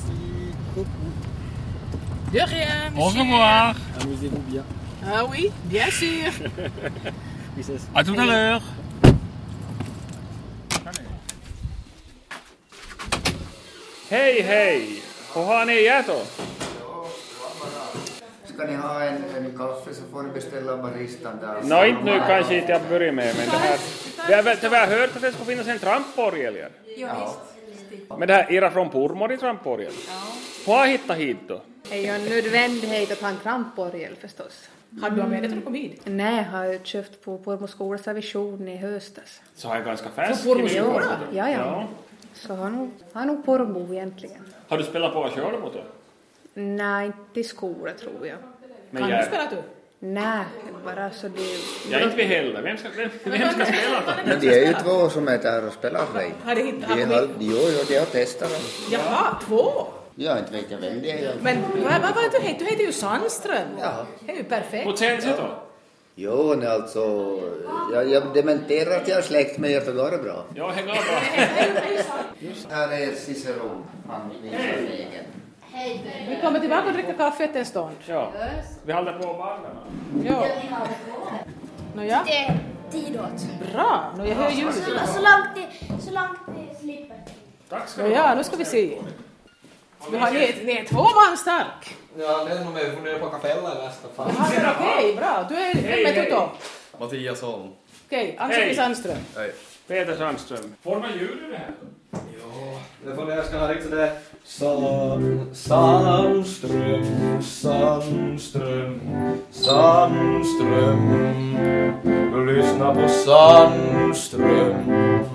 [SPEAKER 3] De rien,
[SPEAKER 1] Au
[SPEAKER 3] monsieur.
[SPEAKER 1] revoir.
[SPEAKER 6] Amusez-vous bien.
[SPEAKER 3] Ah oui, bien sûr.
[SPEAKER 6] Oui, c'est ça.
[SPEAKER 1] À tout à l'heure. Hej, hej! Hur har ni det då?
[SPEAKER 2] Ska ni ha en, en kaffe så får ni beställa baristan där.
[SPEAKER 1] Nå, inte nu kanske inte jag börjar med, men det här... Vi har väl tyvärr hört att det ska finnas en tramporgel.
[SPEAKER 5] Ja,
[SPEAKER 1] Men det här era från Pormor i tramporgel. Hur har hittat hit då?
[SPEAKER 7] Det är ju en nödvändighet att ha en tramporgel förstås.
[SPEAKER 3] Hade du med det när du kom hit?
[SPEAKER 7] Nej, jag har ju köpt på Pormor skolas avision i höstas.
[SPEAKER 1] Så har jag ganska färsk.
[SPEAKER 3] Från Pormor
[SPEAKER 1] i min
[SPEAKER 3] skola?
[SPEAKER 1] korg.
[SPEAKER 7] Ja, ja. Så har nog, har nog Pormor egentligen.
[SPEAKER 1] Har du spelat på själv mot det?
[SPEAKER 7] Nej, inte i skola tror jag.
[SPEAKER 1] Men
[SPEAKER 3] Kan
[SPEAKER 1] jag,
[SPEAKER 3] du spela du?
[SPEAKER 7] Nej, bara så det...
[SPEAKER 1] jag är inte vi heller. Vem ska, vem, vem ska spela då?
[SPEAKER 8] Men det är ju två som är där och spelar dig.
[SPEAKER 3] Har du hittat?
[SPEAKER 8] De har, jo, jo, de har testat dem.
[SPEAKER 3] Jaha, två?
[SPEAKER 8] Ja, inte vet jag vem det är.
[SPEAKER 3] Men vad, vad, vad du heter? Du heter ju Sandström.
[SPEAKER 8] Ja.
[SPEAKER 3] Det är ju perfekt.
[SPEAKER 1] Mot sen då?
[SPEAKER 8] Jo, nej, alltså, jag, jag dementerar att jag är släkt med er, för då är det bra.
[SPEAKER 1] Ja, häng av bra.
[SPEAKER 8] Här är Cicero, han visar vägen.
[SPEAKER 3] Vi kommer tillbaka och dricka kaffe en stund.
[SPEAKER 1] Ja. Vi håller på barnen.
[SPEAKER 3] Ja. Nåja,
[SPEAKER 9] Det är tid åt.
[SPEAKER 3] bra. Nå, jag hör ljud.
[SPEAKER 9] Så, så långt det, så långt det slipper.
[SPEAKER 1] Tack ska
[SPEAKER 3] Nåja, nu ska vi se. Vi har, ni, är, ni är två man stark.
[SPEAKER 10] Ja, det är nog mer funderar på kafella i nästa fall.
[SPEAKER 3] Jaha, men okej, bra. Du är vem är du då?
[SPEAKER 6] Mattias Holm.
[SPEAKER 3] Okej, Ann-Sofie
[SPEAKER 1] Hej.
[SPEAKER 3] Sandström.
[SPEAKER 6] Hej.
[SPEAKER 1] Peter Sandström. Får man ljud i det här?
[SPEAKER 10] Det får jag ska ha riktigt det. San, Sandström, Sandström, Sandström. Du lyssnar på Sandström.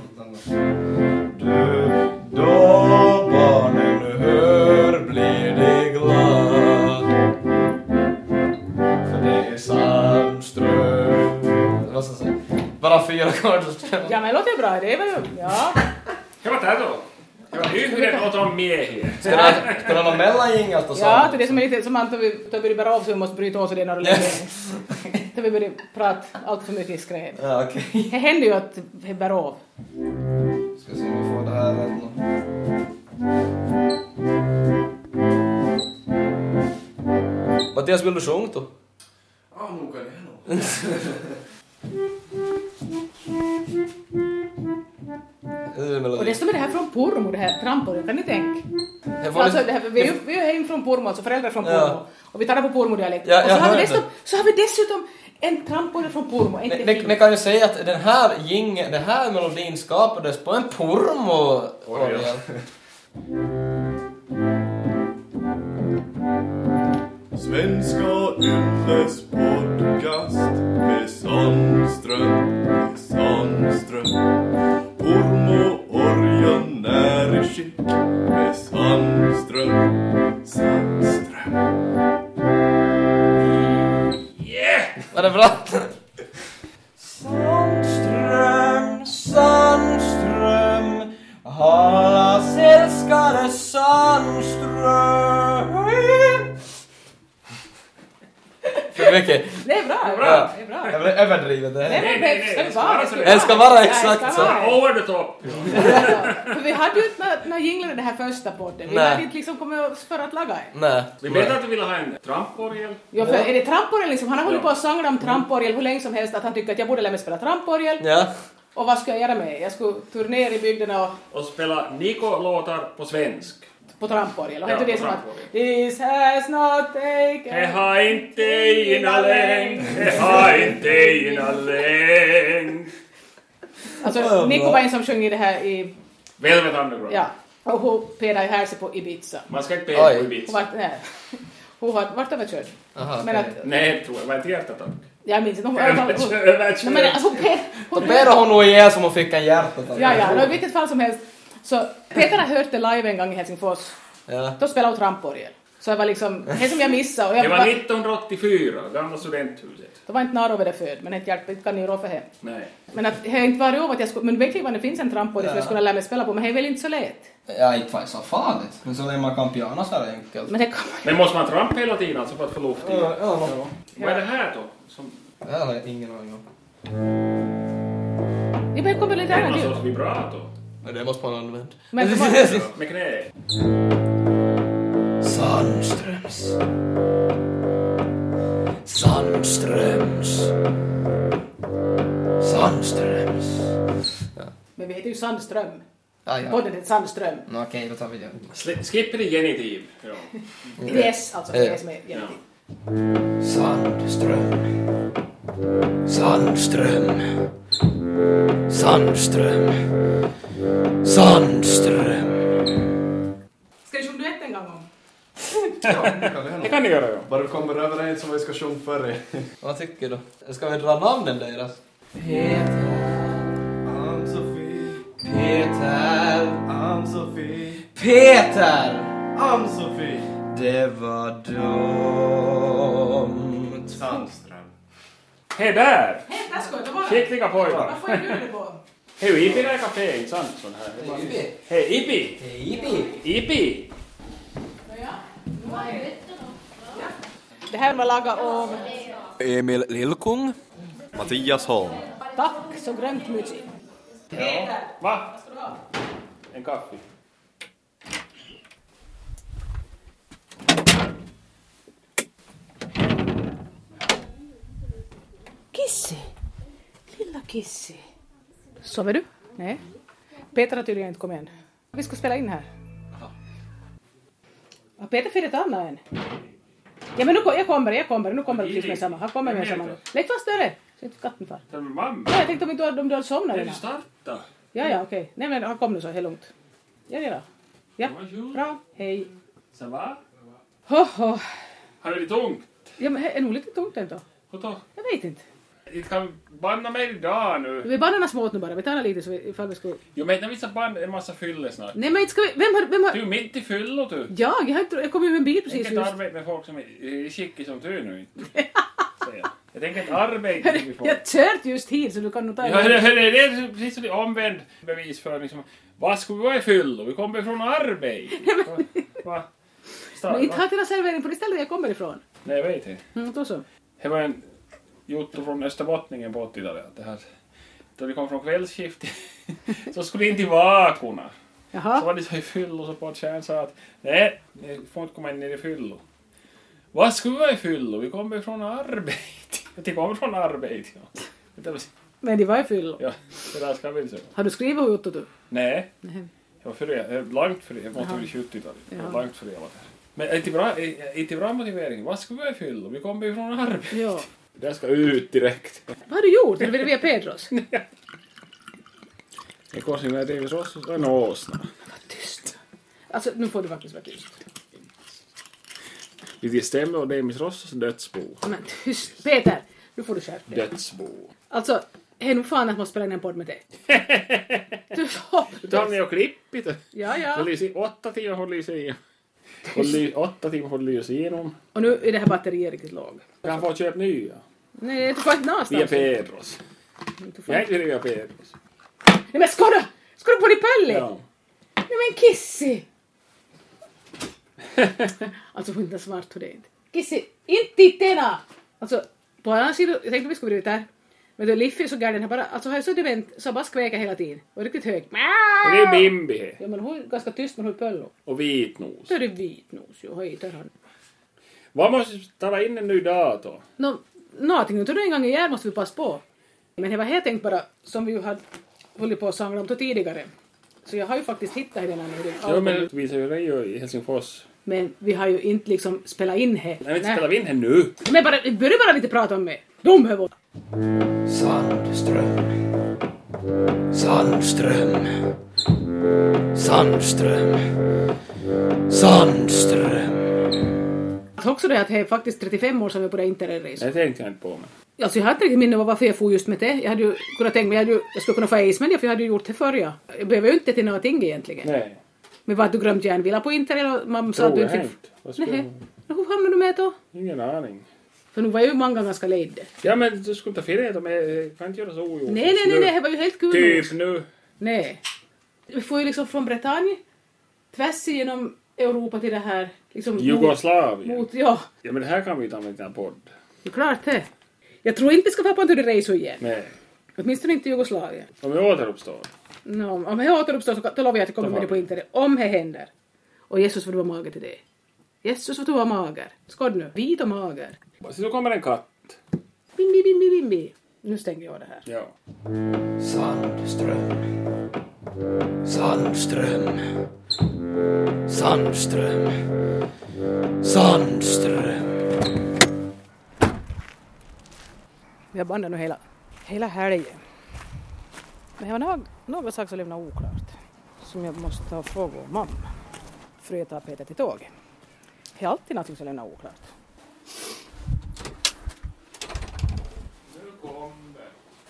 [SPEAKER 10] Du, då barnen hör blir det glad. För det är Sandström. Vad ska jag säga? Bara fyra ackord.
[SPEAKER 3] Ja, men det låter ju bra. Det är väl... Ja.
[SPEAKER 1] Det var det då. Det var yhden oton miehiä.
[SPEAKER 10] Ska det ska det någon mellanjingel då?
[SPEAKER 3] Ja, det är det som är lite som att vi börjar bara av så vi måste bryta oss och det några länge. Så vi börjar prata allt för mycket i skräd.
[SPEAKER 10] Ja, okej.
[SPEAKER 3] Det händer ju att vi bär av.
[SPEAKER 10] Ska se om vi får det här rätt nu. Mattias, vill du sjunga då?
[SPEAKER 6] Ja, nog kan det nog.
[SPEAKER 3] Och det som är det här från Pormo, det här tramporgel, kan ni tänka?
[SPEAKER 10] Jag får
[SPEAKER 3] Alltså,
[SPEAKER 10] lite-
[SPEAKER 3] det här, vi är ju vi är hem från Pormo, alltså föräldrar från Pormo.
[SPEAKER 10] Ja.
[SPEAKER 3] Och vi talar på Pormo-dialekt.
[SPEAKER 10] Ja,
[SPEAKER 3] och så
[SPEAKER 10] jag
[SPEAKER 3] har, vi
[SPEAKER 10] hör
[SPEAKER 3] dessutom,
[SPEAKER 10] det.
[SPEAKER 3] så har vi dessutom en tramporgel från Pormo. Inte
[SPEAKER 10] Ni, ni,
[SPEAKER 3] fint.
[SPEAKER 10] ni kan ju säga att den här jingeln, den här melodin skapades på en Pormo-orgel.
[SPEAKER 11] Svenska Ylles podcast med Sandström, med Sandström. Pormo orgeln är i skick med Sandström, Sandström.
[SPEAKER 1] Yeah!
[SPEAKER 10] Var det bra? Sandström, Sandström, Halas älskade Sandström. För mycket.
[SPEAKER 3] Det är bra, det är bra.
[SPEAKER 10] Ja.
[SPEAKER 3] Det är bra.
[SPEAKER 10] Jag blev överdrivet det.
[SPEAKER 3] Nej, men det ska det vara.
[SPEAKER 10] Det ska vara exakt
[SPEAKER 3] Det
[SPEAKER 10] så.
[SPEAKER 3] ska vara.
[SPEAKER 1] Over the top.
[SPEAKER 3] För vi hade ju inte när, när jinglade det här första podden. Vi
[SPEAKER 10] Nej.
[SPEAKER 3] hade inte liksom kommit oss för att laga en.
[SPEAKER 10] Nej.
[SPEAKER 1] Vi vet att du vill ha en tramporgel.
[SPEAKER 3] Ja, för är det tramporgel liksom? Han har hållit
[SPEAKER 1] Ja.
[SPEAKER 3] på att sånga om tramporgel hur länge som helst att han tycker att jag borde lära mig spela tramporgel.
[SPEAKER 10] Ja.
[SPEAKER 3] Och vad ska jag göra med? Jag skulle turnera i bygderna och
[SPEAKER 1] Och spela Niko-låtar på svensk.
[SPEAKER 3] på tramporgel. Och
[SPEAKER 1] Ja,
[SPEAKER 3] heter det
[SPEAKER 1] på
[SPEAKER 3] som att
[SPEAKER 1] tramporgel.
[SPEAKER 3] This has not taken...
[SPEAKER 1] Det har inte ina längd. Det har inte ina längd.
[SPEAKER 3] Alltså, Nico var en som sjöng i det här i...
[SPEAKER 1] Velvet Underground.
[SPEAKER 3] Ja. Och hon pedade här sig på Ibiza.
[SPEAKER 1] Man ska inte peda på
[SPEAKER 3] Hon
[SPEAKER 1] Ibiza.
[SPEAKER 3] var, nej. Hon var vart överkörd.
[SPEAKER 10] Aha,
[SPEAKER 3] men
[SPEAKER 10] okay.
[SPEAKER 3] att,
[SPEAKER 1] Nej, tror jag. Var inte hjärtat.
[SPEAKER 3] Jag minns inte. Hon,
[SPEAKER 1] överkörd. Överkörd.
[SPEAKER 3] Men alltså,
[SPEAKER 10] Då ber hon nog ihjäl som hon fick en hjärtat.
[SPEAKER 3] Ja, ja. I vilket fall som helst. Så Peter har hört det live en gång i Helsingfors.
[SPEAKER 10] Ja.
[SPEAKER 3] Då spelade hon tramporgel. Så det var liksom, det som jag missade. Och jag
[SPEAKER 1] det var
[SPEAKER 3] var
[SPEAKER 1] nittonhundraåttiofyra, gamla studenthuset.
[SPEAKER 3] Det var inte när över det född, men det hjälpte inte kan ni rå för hem.
[SPEAKER 1] Nej.
[SPEAKER 3] Men att det har inte varit av att jag skulle, men vet vad det finns en tramporgel ja. Som jag skulle lära mig spela på, men det är väl inte så lätt.
[SPEAKER 10] Ja, inte var så farligt. Men så länge man kan piano så är det enkelt.
[SPEAKER 3] Men, det kan...
[SPEAKER 1] men måste man trampa hela tiden alltså för att få luft i?
[SPEAKER 10] Ja, ja.
[SPEAKER 1] ja. Vad är det här då? Som...
[SPEAKER 10] Det har jag ingen aning om.
[SPEAKER 3] Det bara kommer lite annat
[SPEAKER 1] ljud. Det är
[SPEAKER 3] ut.
[SPEAKER 1] någon sorts vibrato.
[SPEAKER 10] Men det måste man använda.
[SPEAKER 3] Men
[SPEAKER 1] med knä.
[SPEAKER 10] Sandströms. Sandströms. Sandströms.
[SPEAKER 3] Ja. Men vi heter ju Sandström.
[SPEAKER 10] Ah, ja.
[SPEAKER 3] Podden heter Sandström.
[SPEAKER 10] Okej, okay, då tar vi det.
[SPEAKER 1] Sl- skipper det genitiv. Ja.
[SPEAKER 3] Det är S alltså, det är som är genitiv.
[SPEAKER 10] Ja. Sandström. Sandström. Sandström. Sandström.
[SPEAKER 3] Ska vi sjunga duett en gång om?
[SPEAKER 10] Ja, det kan vi göra.
[SPEAKER 1] Det kan ni göra, ja.
[SPEAKER 11] Bara vi kommer överens om vad vi ska sjunga för er.
[SPEAKER 10] Vad tycker du? Ska vi dra namnen deras? Peter.
[SPEAKER 11] Ann-Sofie.
[SPEAKER 10] Peter.
[SPEAKER 11] Ann-Sofie.
[SPEAKER 10] Peter.
[SPEAKER 11] Ann-Sofie.
[SPEAKER 10] Det var dumt.
[SPEAKER 11] Sandström.
[SPEAKER 1] Hej där!
[SPEAKER 3] Hej, där ska det vara.
[SPEAKER 1] Skickliga pojkar.
[SPEAKER 3] Vad får jag göra det på?
[SPEAKER 1] Hej, Ibi där kafé, inte sant? Sån här.
[SPEAKER 10] Hej, Ibi.
[SPEAKER 1] Hej, Ibi.
[SPEAKER 10] Hej, Ibi.
[SPEAKER 1] Ibi.
[SPEAKER 3] Det här var lagat av
[SPEAKER 11] Emil Lillkung. Mattias Holm.
[SPEAKER 3] tack så grönt mycket.
[SPEAKER 1] Ja. Va? En kaffe.
[SPEAKER 3] Kissi. Lilla Kissi. Sover du? Nej. Peter har tydligen inte kommit än. Vi ska spela in här. Har Peter firat Anna än? Ja, men nu jag kommer, jag kommer, nu kommer precis med samma. Han kommer med samma nu. Lägg fast dörren. Så inte katten far.
[SPEAKER 1] Det är mamma.
[SPEAKER 3] Ja, jag tänkte om, inte, om du hade somnat.
[SPEAKER 1] Det är starta.
[SPEAKER 3] Ja, ja, okej. Nej, men han kom nu så, helt lugnt. Ja, ja, ja. Bra, hej.
[SPEAKER 1] Så va?
[SPEAKER 3] Ho, ho.
[SPEAKER 1] Har du det tungt?
[SPEAKER 3] Ja, men det är nog lite tungt ändå.
[SPEAKER 1] Hur då?
[SPEAKER 3] Jag vet inte.
[SPEAKER 1] Vi kan banna mig idag nu.
[SPEAKER 3] Vi bandar smått nu bara. Vi tar lite så vi, ifall vi skulle...
[SPEAKER 1] Jo, men när vi ska banda en massa fylle snart.
[SPEAKER 3] Nej, men inte ska vi... Vem har... Vem har...
[SPEAKER 1] Du är mitt i fyllo, du.
[SPEAKER 3] Ja, jag, har inte, jag kom ju med en bil precis
[SPEAKER 1] Jag tänker inte arbeta med folk som är i skickig som du nu. Säger jag. Jag tänker inte arbeta med folk.
[SPEAKER 3] Jag har kört just hit så du kan nog ta...
[SPEAKER 1] Ja, det, det, det är precis som det omvänd bevisföring. Liksom. Vad skulle vi vara i fyllo? Vi kommer från arbete. Va? Va? Start,
[SPEAKER 3] men inte
[SPEAKER 1] va?
[SPEAKER 3] har till servering på det stället jag kommer ifrån.
[SPEAKER 1] Nej, jag vet inte.
[SPEAKER 3] Mm, då så.
[SPEAKER 1] Det var en jotto från Österbottningen på åttiotalet. Det här, då vi kom från kvällsskift så skulle in till Vakorna.
[SPEAKER 3] Jaha.
[SPEAKER 1] Så var det så i fyllo så på att kärn sa att nej, ni får inte komma in i fyllo. Vad skulle vi vara i fyllo? Vi kommer från arbete. Jag kommer från arbete. Ja.
[SPEAKER 3] Men det var ju fyllo.
[SPEAKER 1] Ja, det där ska vi inte säga.
[SPEAKER 3] Har du skrivit hur Otto du?
[SPEAKER 1] Nej.
[SPEAKER 3] Nej.
[SPEAKER 1] Jag var för det, långt för det. Jag måste bli sjuttiotalet. Långt för det jag var där. Men inte bra, inte bra motivering. Vad ska vi vara i fyllo? Vi kommer ju från arbete.
[SPEAKER 3] Ja.
[SPEAKER 1] Det ska ut direkt.
[SPEAKER 3] Vad har du gjort? Eller via Pedros?
[SPEAKER 1] Det går sin med Davis Ross och en åsna.
[SPEAKER 3] Tyst. Alltså, nu får du faktiskt vara tyst.
[SPEAKER 1] Det stämmer och Davis Ross dödsbo.
[SPEAKER 3] Men tyst. Peter, nu får du skärpa dig.
[SPEAKER 1] Dödsbo.
[SPEAKER 3] Alltså, är nog fan att man spelar in en podd med dig. Du
[SPEAKER 1] Du tar ner och klippit det.
[SPEAKER 3] Ja, ja.
[SPEAKER 1] Så lyser åtta timmar får lysa i. Och ly, åtta timmar får lysa igenom.
[SPEAKER 3] Och nu är det här batteriet riktigt låg.
[SPEAKER 1] Jag kan få köpa nya.
[SPEAKER 3] Nej, du får inte någonstans.
[SPEAKER 1] Via Pedros. Jag är inte via Pedros.
[SPEAKER 3] Nej men ska du? Ska du på din pölli?
[SPEAKER 1] Ja.
[SPEAKER 3] Nej men Kissi! Alltså hon är inte smart för det inte. Kissi, inte tittarna! Alltså, på andra sidan, jag tänkte vi skulle bryta här. Men då Liffy så gärna bara, alltså har jag så dement så bara skväka hela tiden. Och riktigt hög.
[SPEAKER 1] Och det är Bimbi.
[SPEAKER 3] Ja men hon är ganska tyst men hon är pöllo.
[SPEAKER 1] Och vitnos.
[SPEAKER 3] Då är det vitnos ju, hej där han.
[SPEAKER 1] Vad måste vi ställa in en ny dator?
[SPEAKER 3] Nå, någonting, nu tror du en gång igen måste vi passa på. Men det var helt enkelt bara som vi ju hade hållit på att samla om till tidigare. Så jag har ju faktiskt hittat den här nu.
[SPEAKER 1] Ja men vi visar ju det ju i Helsingfors.
[SPEAKER 3] Men vi har ju inte liksom spelat in här.
[SPEAKER 1] Nej, vi inte spelar vi in här nu.
[SPEAKER 3] Men bara, vi börjar bara lite prata om mig. De hör
[SPEAKER 10] Sandström. Sandström. Sandström. Sandström.
[SPEAKER 3] Okej, också det att det är faktiskt trettiofem år sedan vi började interrailresa.
[SPEAKER 1] Det tänkte jag inte på mig.
[SPEAKER 3] Alltså jag hade inte riktigt minne av varför jag får just med det. Jag hade ju kunnat tänka mig att jag, hade ju, jag skulle kunna få Iceman, för jag hade ju gjort det förr. Ja. Jag behöver ju inte till någonting egentligen.
[SPEAKER 1] Nej.
[SPEAKER 3] Men vad du glömt järnvila på interrail och mamma sa att du
[SPEAKER 1] inte
[SPEAKER 3] inte
[SPEAKER 1] fick... Vad skulle
[SPEAKER 3] Nej. Hur hamnade du med då?
[SPEAKER 1] Ingen aning.
[SPEAKER 3] För nu var ju många ganska ledde.
[SPEAKER 1] Ja, men du skulle inte fira dem. Jag kan inte göra så ogjort.
[SPEAKER 3] Nej, nej, nej, nej, det var ju helt kul.
[SPEAKER 1] Typ nu.
[SPEAKER 3] Nej. Vi får ju liksom från Bretagne tvärs genom Europa till det här. Liksom
[SPEAKER 1] Jugoslavien.
[SPEAKER 3] Mot, ja.
[SPEAKER 1] Ja, men det här kan vi ju ta med till en podd.
[SPEAKER 3] Det är klart det. Jag tror inte vi ska få på en tur resa igen.
[SPEAKER 1] Nej.
[SPEAKER 3] Åtminstone inte i Jugoslavien.
[SPEAKER 1] Om vi återuppstår.
[SPEAKER 3] No, om det återuppstår så då lovar jag att jag kommer med det på internet. Om det händer. Och Jesus vad du var mager till det. Jesus vad du var mager. Skåd nu. Vit och mager.
[SPEAKER 1] Så då kommer en katt.
[SPEAKER 3] Bimbi, bimbi, bimbi. Nu stänger jag det här.
[SPEAKER 1] Ja.
[SPEAKER 10] Sandström. Sandström. Sandström. Sandström.
[SPEAKER 3] Vi har bandat nu hela, hela helgen. Men jag har något, något sak som lämnar oklart. Som jag måste ta fråga om mamma. För jag tar Peter till tåget. Det är alltid något som lämnar oklart.
[SPEAKER 1] Nu kommer det.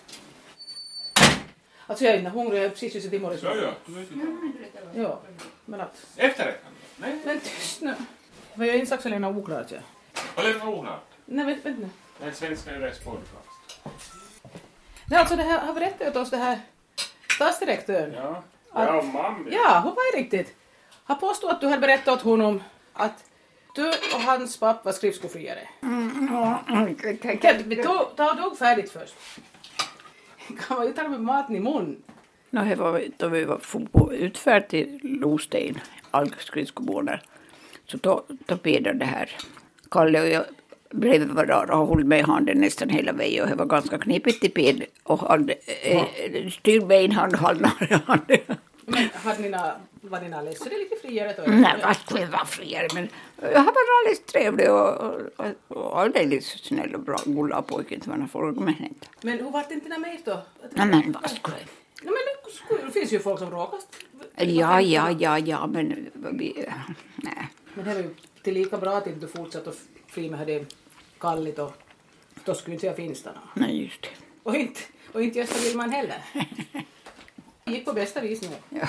[SPEAKER 3] Alltså jag är inte hungrig, jag har precis just i morgon.
[SPEAKER 1] Ja, ja.
[SPEAKER 3] Ja, men att...
[SPEAKER 1] Efterrätten? Nej.
[SPEAKER 3] Men tyst nu. Vad är en sak som lämnar oklart, ja?
[SPEAKER 1] Vad lämnar oklart?
[SPEAKER 3] Nej, vänta, vänta nu.
[SPEAKER 1] Det är Svenska Yrres podcast.
[SPEAKER 3] Nej, alltså det här har berättat åt oss det här statsdirektören.
[SPEAKER 1] Ja,
[SPEAKER 3] att,
[SPEAKER 1] ja mamma.
[SPEAKER 3] Ja, hon var riktigt. Har påstått att du hade berättat åt honom att du och hans pappa var skrivskofriare.
[SPEAKER 4] Mm, ja.
[SPEAKER 3] Vi tog, ta dog färdigt först. Kan man ju ta med maten i mun?
[SPEAKER 4] No, det var då vi var på utfärd till Lostein, algskridskoborna. Så då, då bedde det här. Kalle och jag bredvid varandra och höll med handen nästan hela vägen. Och det var ganska knepigt i ped. Och hade eh, styrbein, hand, halvnare hand.
[SPEAKER 3] Men hade nina, var dina läsare lite friare då?
[SPEAKER 4] Nej, vad skulle vara friare. Men jag har varit alldeles trevlig och, och, och alldeles snäll och bra. Gulla pojken som man har frågat med henne.
[SPEAKER 3] Men hur var det inte när mig då?
[SPEAKER 4] Nej, men vad skulle jag?
[SPEAKER 3] Nej, men det, det finns ju folk som råkas.
[SPEAKER 4] Ja, ja, ja, ja, men vi, nej.
[SPEAKER 3] Men det var ju till lika bra att du fortsatte att fri med det kalligt och då skulle inte jag finstarna.
[SPEAKER 4] Nej, just det.
[SPEAKER 3] Och inte, och inte Gösta Willman heller. Det gick på bästa vis nu.
[SPEAKER 4] Ja.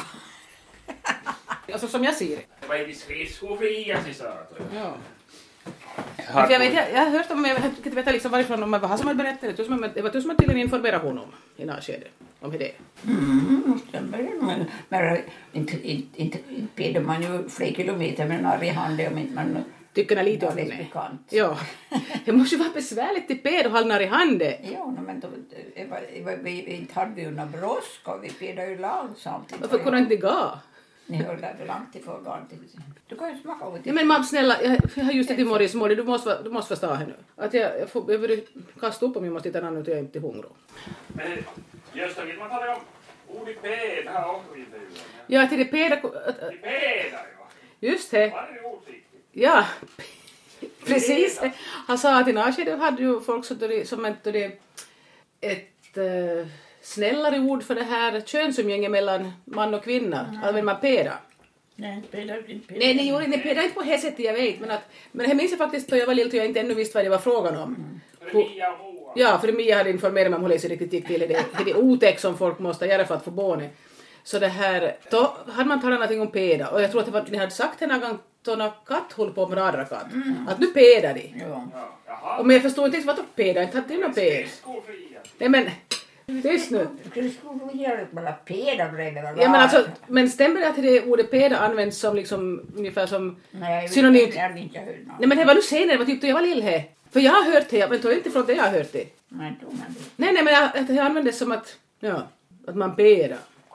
[SPEAKER 3] Alltså som jag ser det.
[SPEAKER 1] Det var inte skridskofria, så sa jag.
[SPEAKER 3] Ja. För jag, vet, jag, jag har hört om, jag vet inte veta liksom varifrån, om det var som hade berättat det. Det var du som hade tydligen informerat honom i några skede om det.
[SPEAKER 4] Mm, stämmer det. Men, men inte, inte, inte peder man ju flera kilometer med en i handen om inte man
[SPEAKER 3] tycker det lite om det.
[SPEAKER 4] Bekant.
[SPEAKER 3] Ja. Det måste ju vara besvärligt till ped och hålla i handen.
[SPEAKER 4] Ja, men då, det var, det var, vi inte hade ju några brådska, vi pedade ju långsamt.
[SPEAKER 3] Varför kunde inte gå?
[SPEAKER 4] Ni höll där långt ifrån garn till. Du kan ju smaka ut.
[SPEAKER 3] Ja, men mamma snälla, jag, jag har just ett i morgons mål, du måste, du måste förstå här nu. Att jag, jag får jag vill kasta upp om jag måste hitta en annan ut och jag är inte hungrig.
[SPEAKER 1] Men Gösta, vill man tala om ordet ped här också i intervjun?
[SPEAKER 3] Ja, till det peda...
[SPEAKER 1] Det peda, ja.
[SPEAKER 3] Just det.
[SPEAKER 1] Var det osiktigt?
[SPEAKER 3] Ja, precis. Han sa att i Narsjö hade ju folk som, som inte det ett äh, snällare ord för det här könsumgänge mellan man och kvinna. Mm. Använder man peda.
[SPEAKER 4] Nej, peda, peda.
[SPEAKER 3] Nej, nej, nej, nej, peda inte på det sättet, jag vet. Men, att, men det minns jag faktiskt då jag var liten och jag inte ännu visste vad det var frågan om.
[SPEAKER 1] Mm. För Mia och Moa.
[SPEAKER 3] Ja, för Mia hade informerat mig om hur det riktigt gick till. Det är det otäck som folk måste göra för att få barn. Så det här, då hade man talat någonting om peda. Och jag tror att det var, ni hade sagt en gång då när katt höll på med andra katt. Mm. Att nu pedar de.
[SPEAKER 4] Ja.
[SPEAKER 1] Ja,
[SPEAKER 3] och men jag förstod inte vad de pedar. Inte hade någon ped. Nej men, tyst nu.
[SPEAKER 4] Du skulle göra bara peda bredvid.
[SPEAKER 3] Ja, men alltså, men stämmer det att det ordet peda används som liksom, ungefär som
[SPEAKER 4] nej,
[SPEAKER 3] synonymt?
[SPEAKER 4] Jag vill inte höra något.
[SPEAKER 3] Nej men det var du senare, det var typ då jag var lillhe. För jag har hört det, men det är inte från det jag har hört det.
[SPEAKER 4] Nej, då man det.
[SPEAKER 3] Nej, nej, men jag, det användes som att, ja, att man pedar.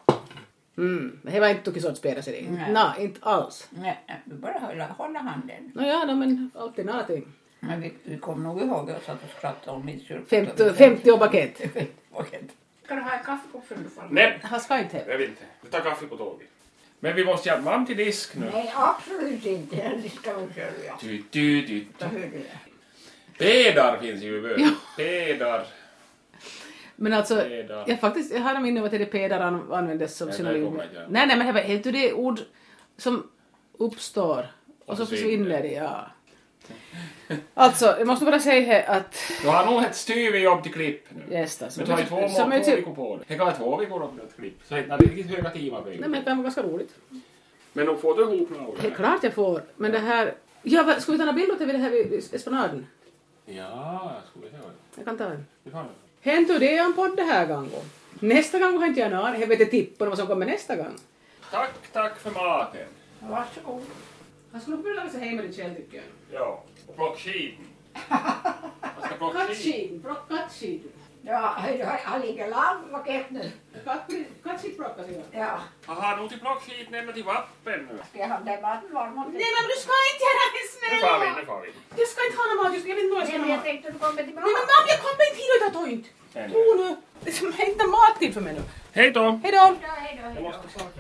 [SPEAKER 3] Mm, det var inte sorts peda sig det. Nej. Nej, inte alls.
[SPEAKER 4] Nej, du bara hålla, hålla handen.
[SPEAKER 3] Nå ja, no, men alltid någonting.
[SPEAKER 4] Men vi, vi kom nog ihåg oss att vi skrattade om min kyrka.
[SPEAKER 3] femtio, femtio och bakett.
[SPEAKER 4] Ska du ha en kaffekopp som du får?
[SPEAKER 1] Nej,
[SPEAKER 3] han ska inte.
[SPEAKER 1] Jag vill inte. Du tar kaffe på tåget. Men vi måste hjälpa mamma till disk nu.
[SPEAKER 4] Nej, absolut inte. Det ska vi själva.
[SPEAKER 1] Du, du, du.
[SPEAKER 4] Då hörde jag.
[SPEAKER 1] Pedar finns ju i början. Pedar.
[SPEAKER 3] Men alltså,
[SPEAKER 1] Pedar.
[SPEAKER 3] jag faktiskt, jag har minne av att det pedar an, användes som
[SPEAKER 1] Nej,
[SPEAKER 3] synonym.
[SPEAKER 1] nej, nej.
[SPEAKER 3] Nej, nej, men det var helt det ord som uppstår och,
[SPEAKER 1] Och
[SPEAKER 3] så
[SPEAKER 1] försvinner.
[SPEAKER 3] försvinner det, ja. Alltså, jag måste bara säga att...
[SPEAKER 1] Du har nog ett styvjobb till klipp nu.
[SPEAKER 3] Just det.
[SPEAKER 1] Men du har ju två, må-
[SPEAKER 3] som är
[SPEAKER 1] två
[SPEAKER 3] typ-
[SPEAKER 1] veckor på det. Det kan vara två veckor om ett klipp. Så när det är riktigt höga timmar.
[SPEAKER 3] Nej, men det kan vara ganska roligt.
[SPEAKER 1] Men då får du ihop något.
[SPEAKER 3] Det är klart jag får. Men det här... Ja, vad- ska vi ta några bilder till det här vid vid Esplanaden?
[SPEAKER 1] Ja, jag skulle säga det.
[SPEAKER 3] Jag kan ta en.
[SPEAKER 1] Vi tar det.
[SPEAKER 3] Hänt hur det är en podd det här gången. Nästa gång har inte jag någon. Jag vet inte tippa vad som kommer nästa gång.
[SPEAKER 1] Tack, tack för maten.
[SPEAKER 3] Varsågod. Han skulle börja laga sig hemma i själv tycker jag.
[SPEAKER 1] Ja, och plockskiten. Jag ska plocka skiten.
[SPEAKER 3] Kattskiten, plock kattskiten.
[SPEAKER 4] Ja, han ligger lagpaket nu.
[SPEAKER 3] Kattskit plockas ju.
[SPEAKER 4] Ja.
[SPEAKER 1] Jaha, nog till plockskiten ända till vappen nu.
[SPEAKER 4] Ska jag ha den maten varm?
[SPEAKER 3] Nej, men du ska inte göra det,
[SPEAKER 1] Nu
[SPEAKER 3] snälla!
[SPEAKER 1] far vi, nu far vi.
[SPEAKER 3] Jag ska inte ha någon mat, jag ska- jag vet inte vad jag ska
[SPEAKER 4] Nej,
[SPEAKER 3] ha.
[SPEAKER 4] men jag tänkte du kommer till
[SPEAKER 3] Nej, men mamma, jag kommer inte hit och jag tar inte.
[SPEAKER 1] Nej,
[SPEAKER 3] Tro nu. Det är som inte mattid för mig nu.
[SPEAKER 1] Hej då.
[SPEAKER 3] Hej då.
[SPEAKER 4] Ja, hej då, hej
[SPEAKER 1] Jag
[SPEAKER 4] då.
[SPEAKER 1] måste snart.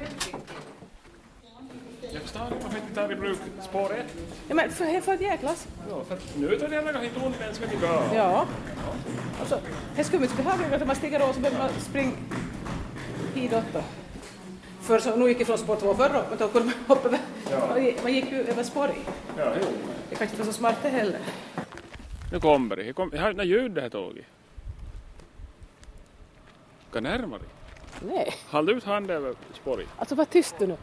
[SPEAKER 1] Jag förstår inte varför inte tar i bruk spår ett.
[SPEAKER 3] Ja, men för, för ett jäklas.
[SPEAKER 1] Ja, för att nu tar det enda inte ont ens med igång.
[SPEAKER 3] Ja. Alltså, det skulle inte behöva att man stiger av och så behöver man springa hit åtta. För så, nu gick jag från spår två förra, men då kunde man hoppa över.
[SPEAKER 1] Ja.
[SPEAKER 3] Man gick ju över spår i.
[SPEAKER 1] Ja, jo.
[SPEAKER 3] Det kanske inte var så smart det heller.
[SPEAKER 1] Nu kommer det. Jag kom- jag har inte ljud det här tåget. Gå närmare.
[SPEAKER 3] Nej.
[SPEAKER 1] Håll ut handen över spåret.
[SPEAKER 3] Alltså, var tyst du nu.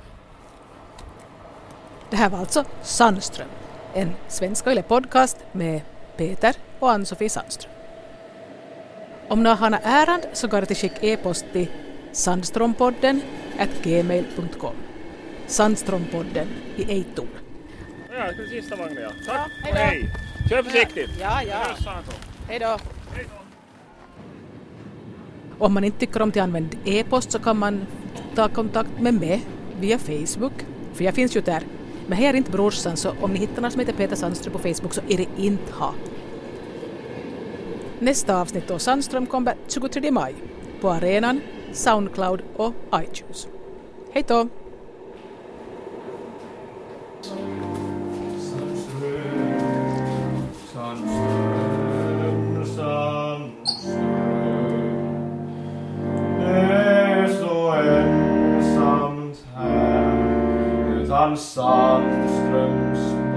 [SPEAKER 3] Det här var alltså Sandström, en svenska eller podcast med Peter och Ann-Sofie Sandström. Om någon har ärend så går det till skick e-post till sandstrompodden at gmail punkt com. Sandstrompodden i eitton.
[SPEAKER 1] Ja, det är sista vagnen, ja. Tack
[SPEAKER 3] Ja,
[SPEAKER 1] och
[SPEAKER 3] hej då.
[SPEAKER 1] hej. Kör försiktigt.
[SPEAKER 3] Ja, ja.
[SPEAKER 1] Hörs snart då.
[SPEAKER 3] Hej då.
[SPEAKER 1] Hej då.
[SPEAKER 3] Om man inte tycker om att använda e-post så kan man ta kontakt med mig via Facebook, för jag finns ju där. Men här är inte brorsan, så om ni hittar någon som heter Peter Sandström på Facebook så är det inte ha. Nästa avsnitt av Sandström kommer tjugotredje maj på Arenan, Soundcloud och iTunes. Hej då!
[SPEAKER 12] Sandström, Sandström, det är så ensamt här utan Sandströms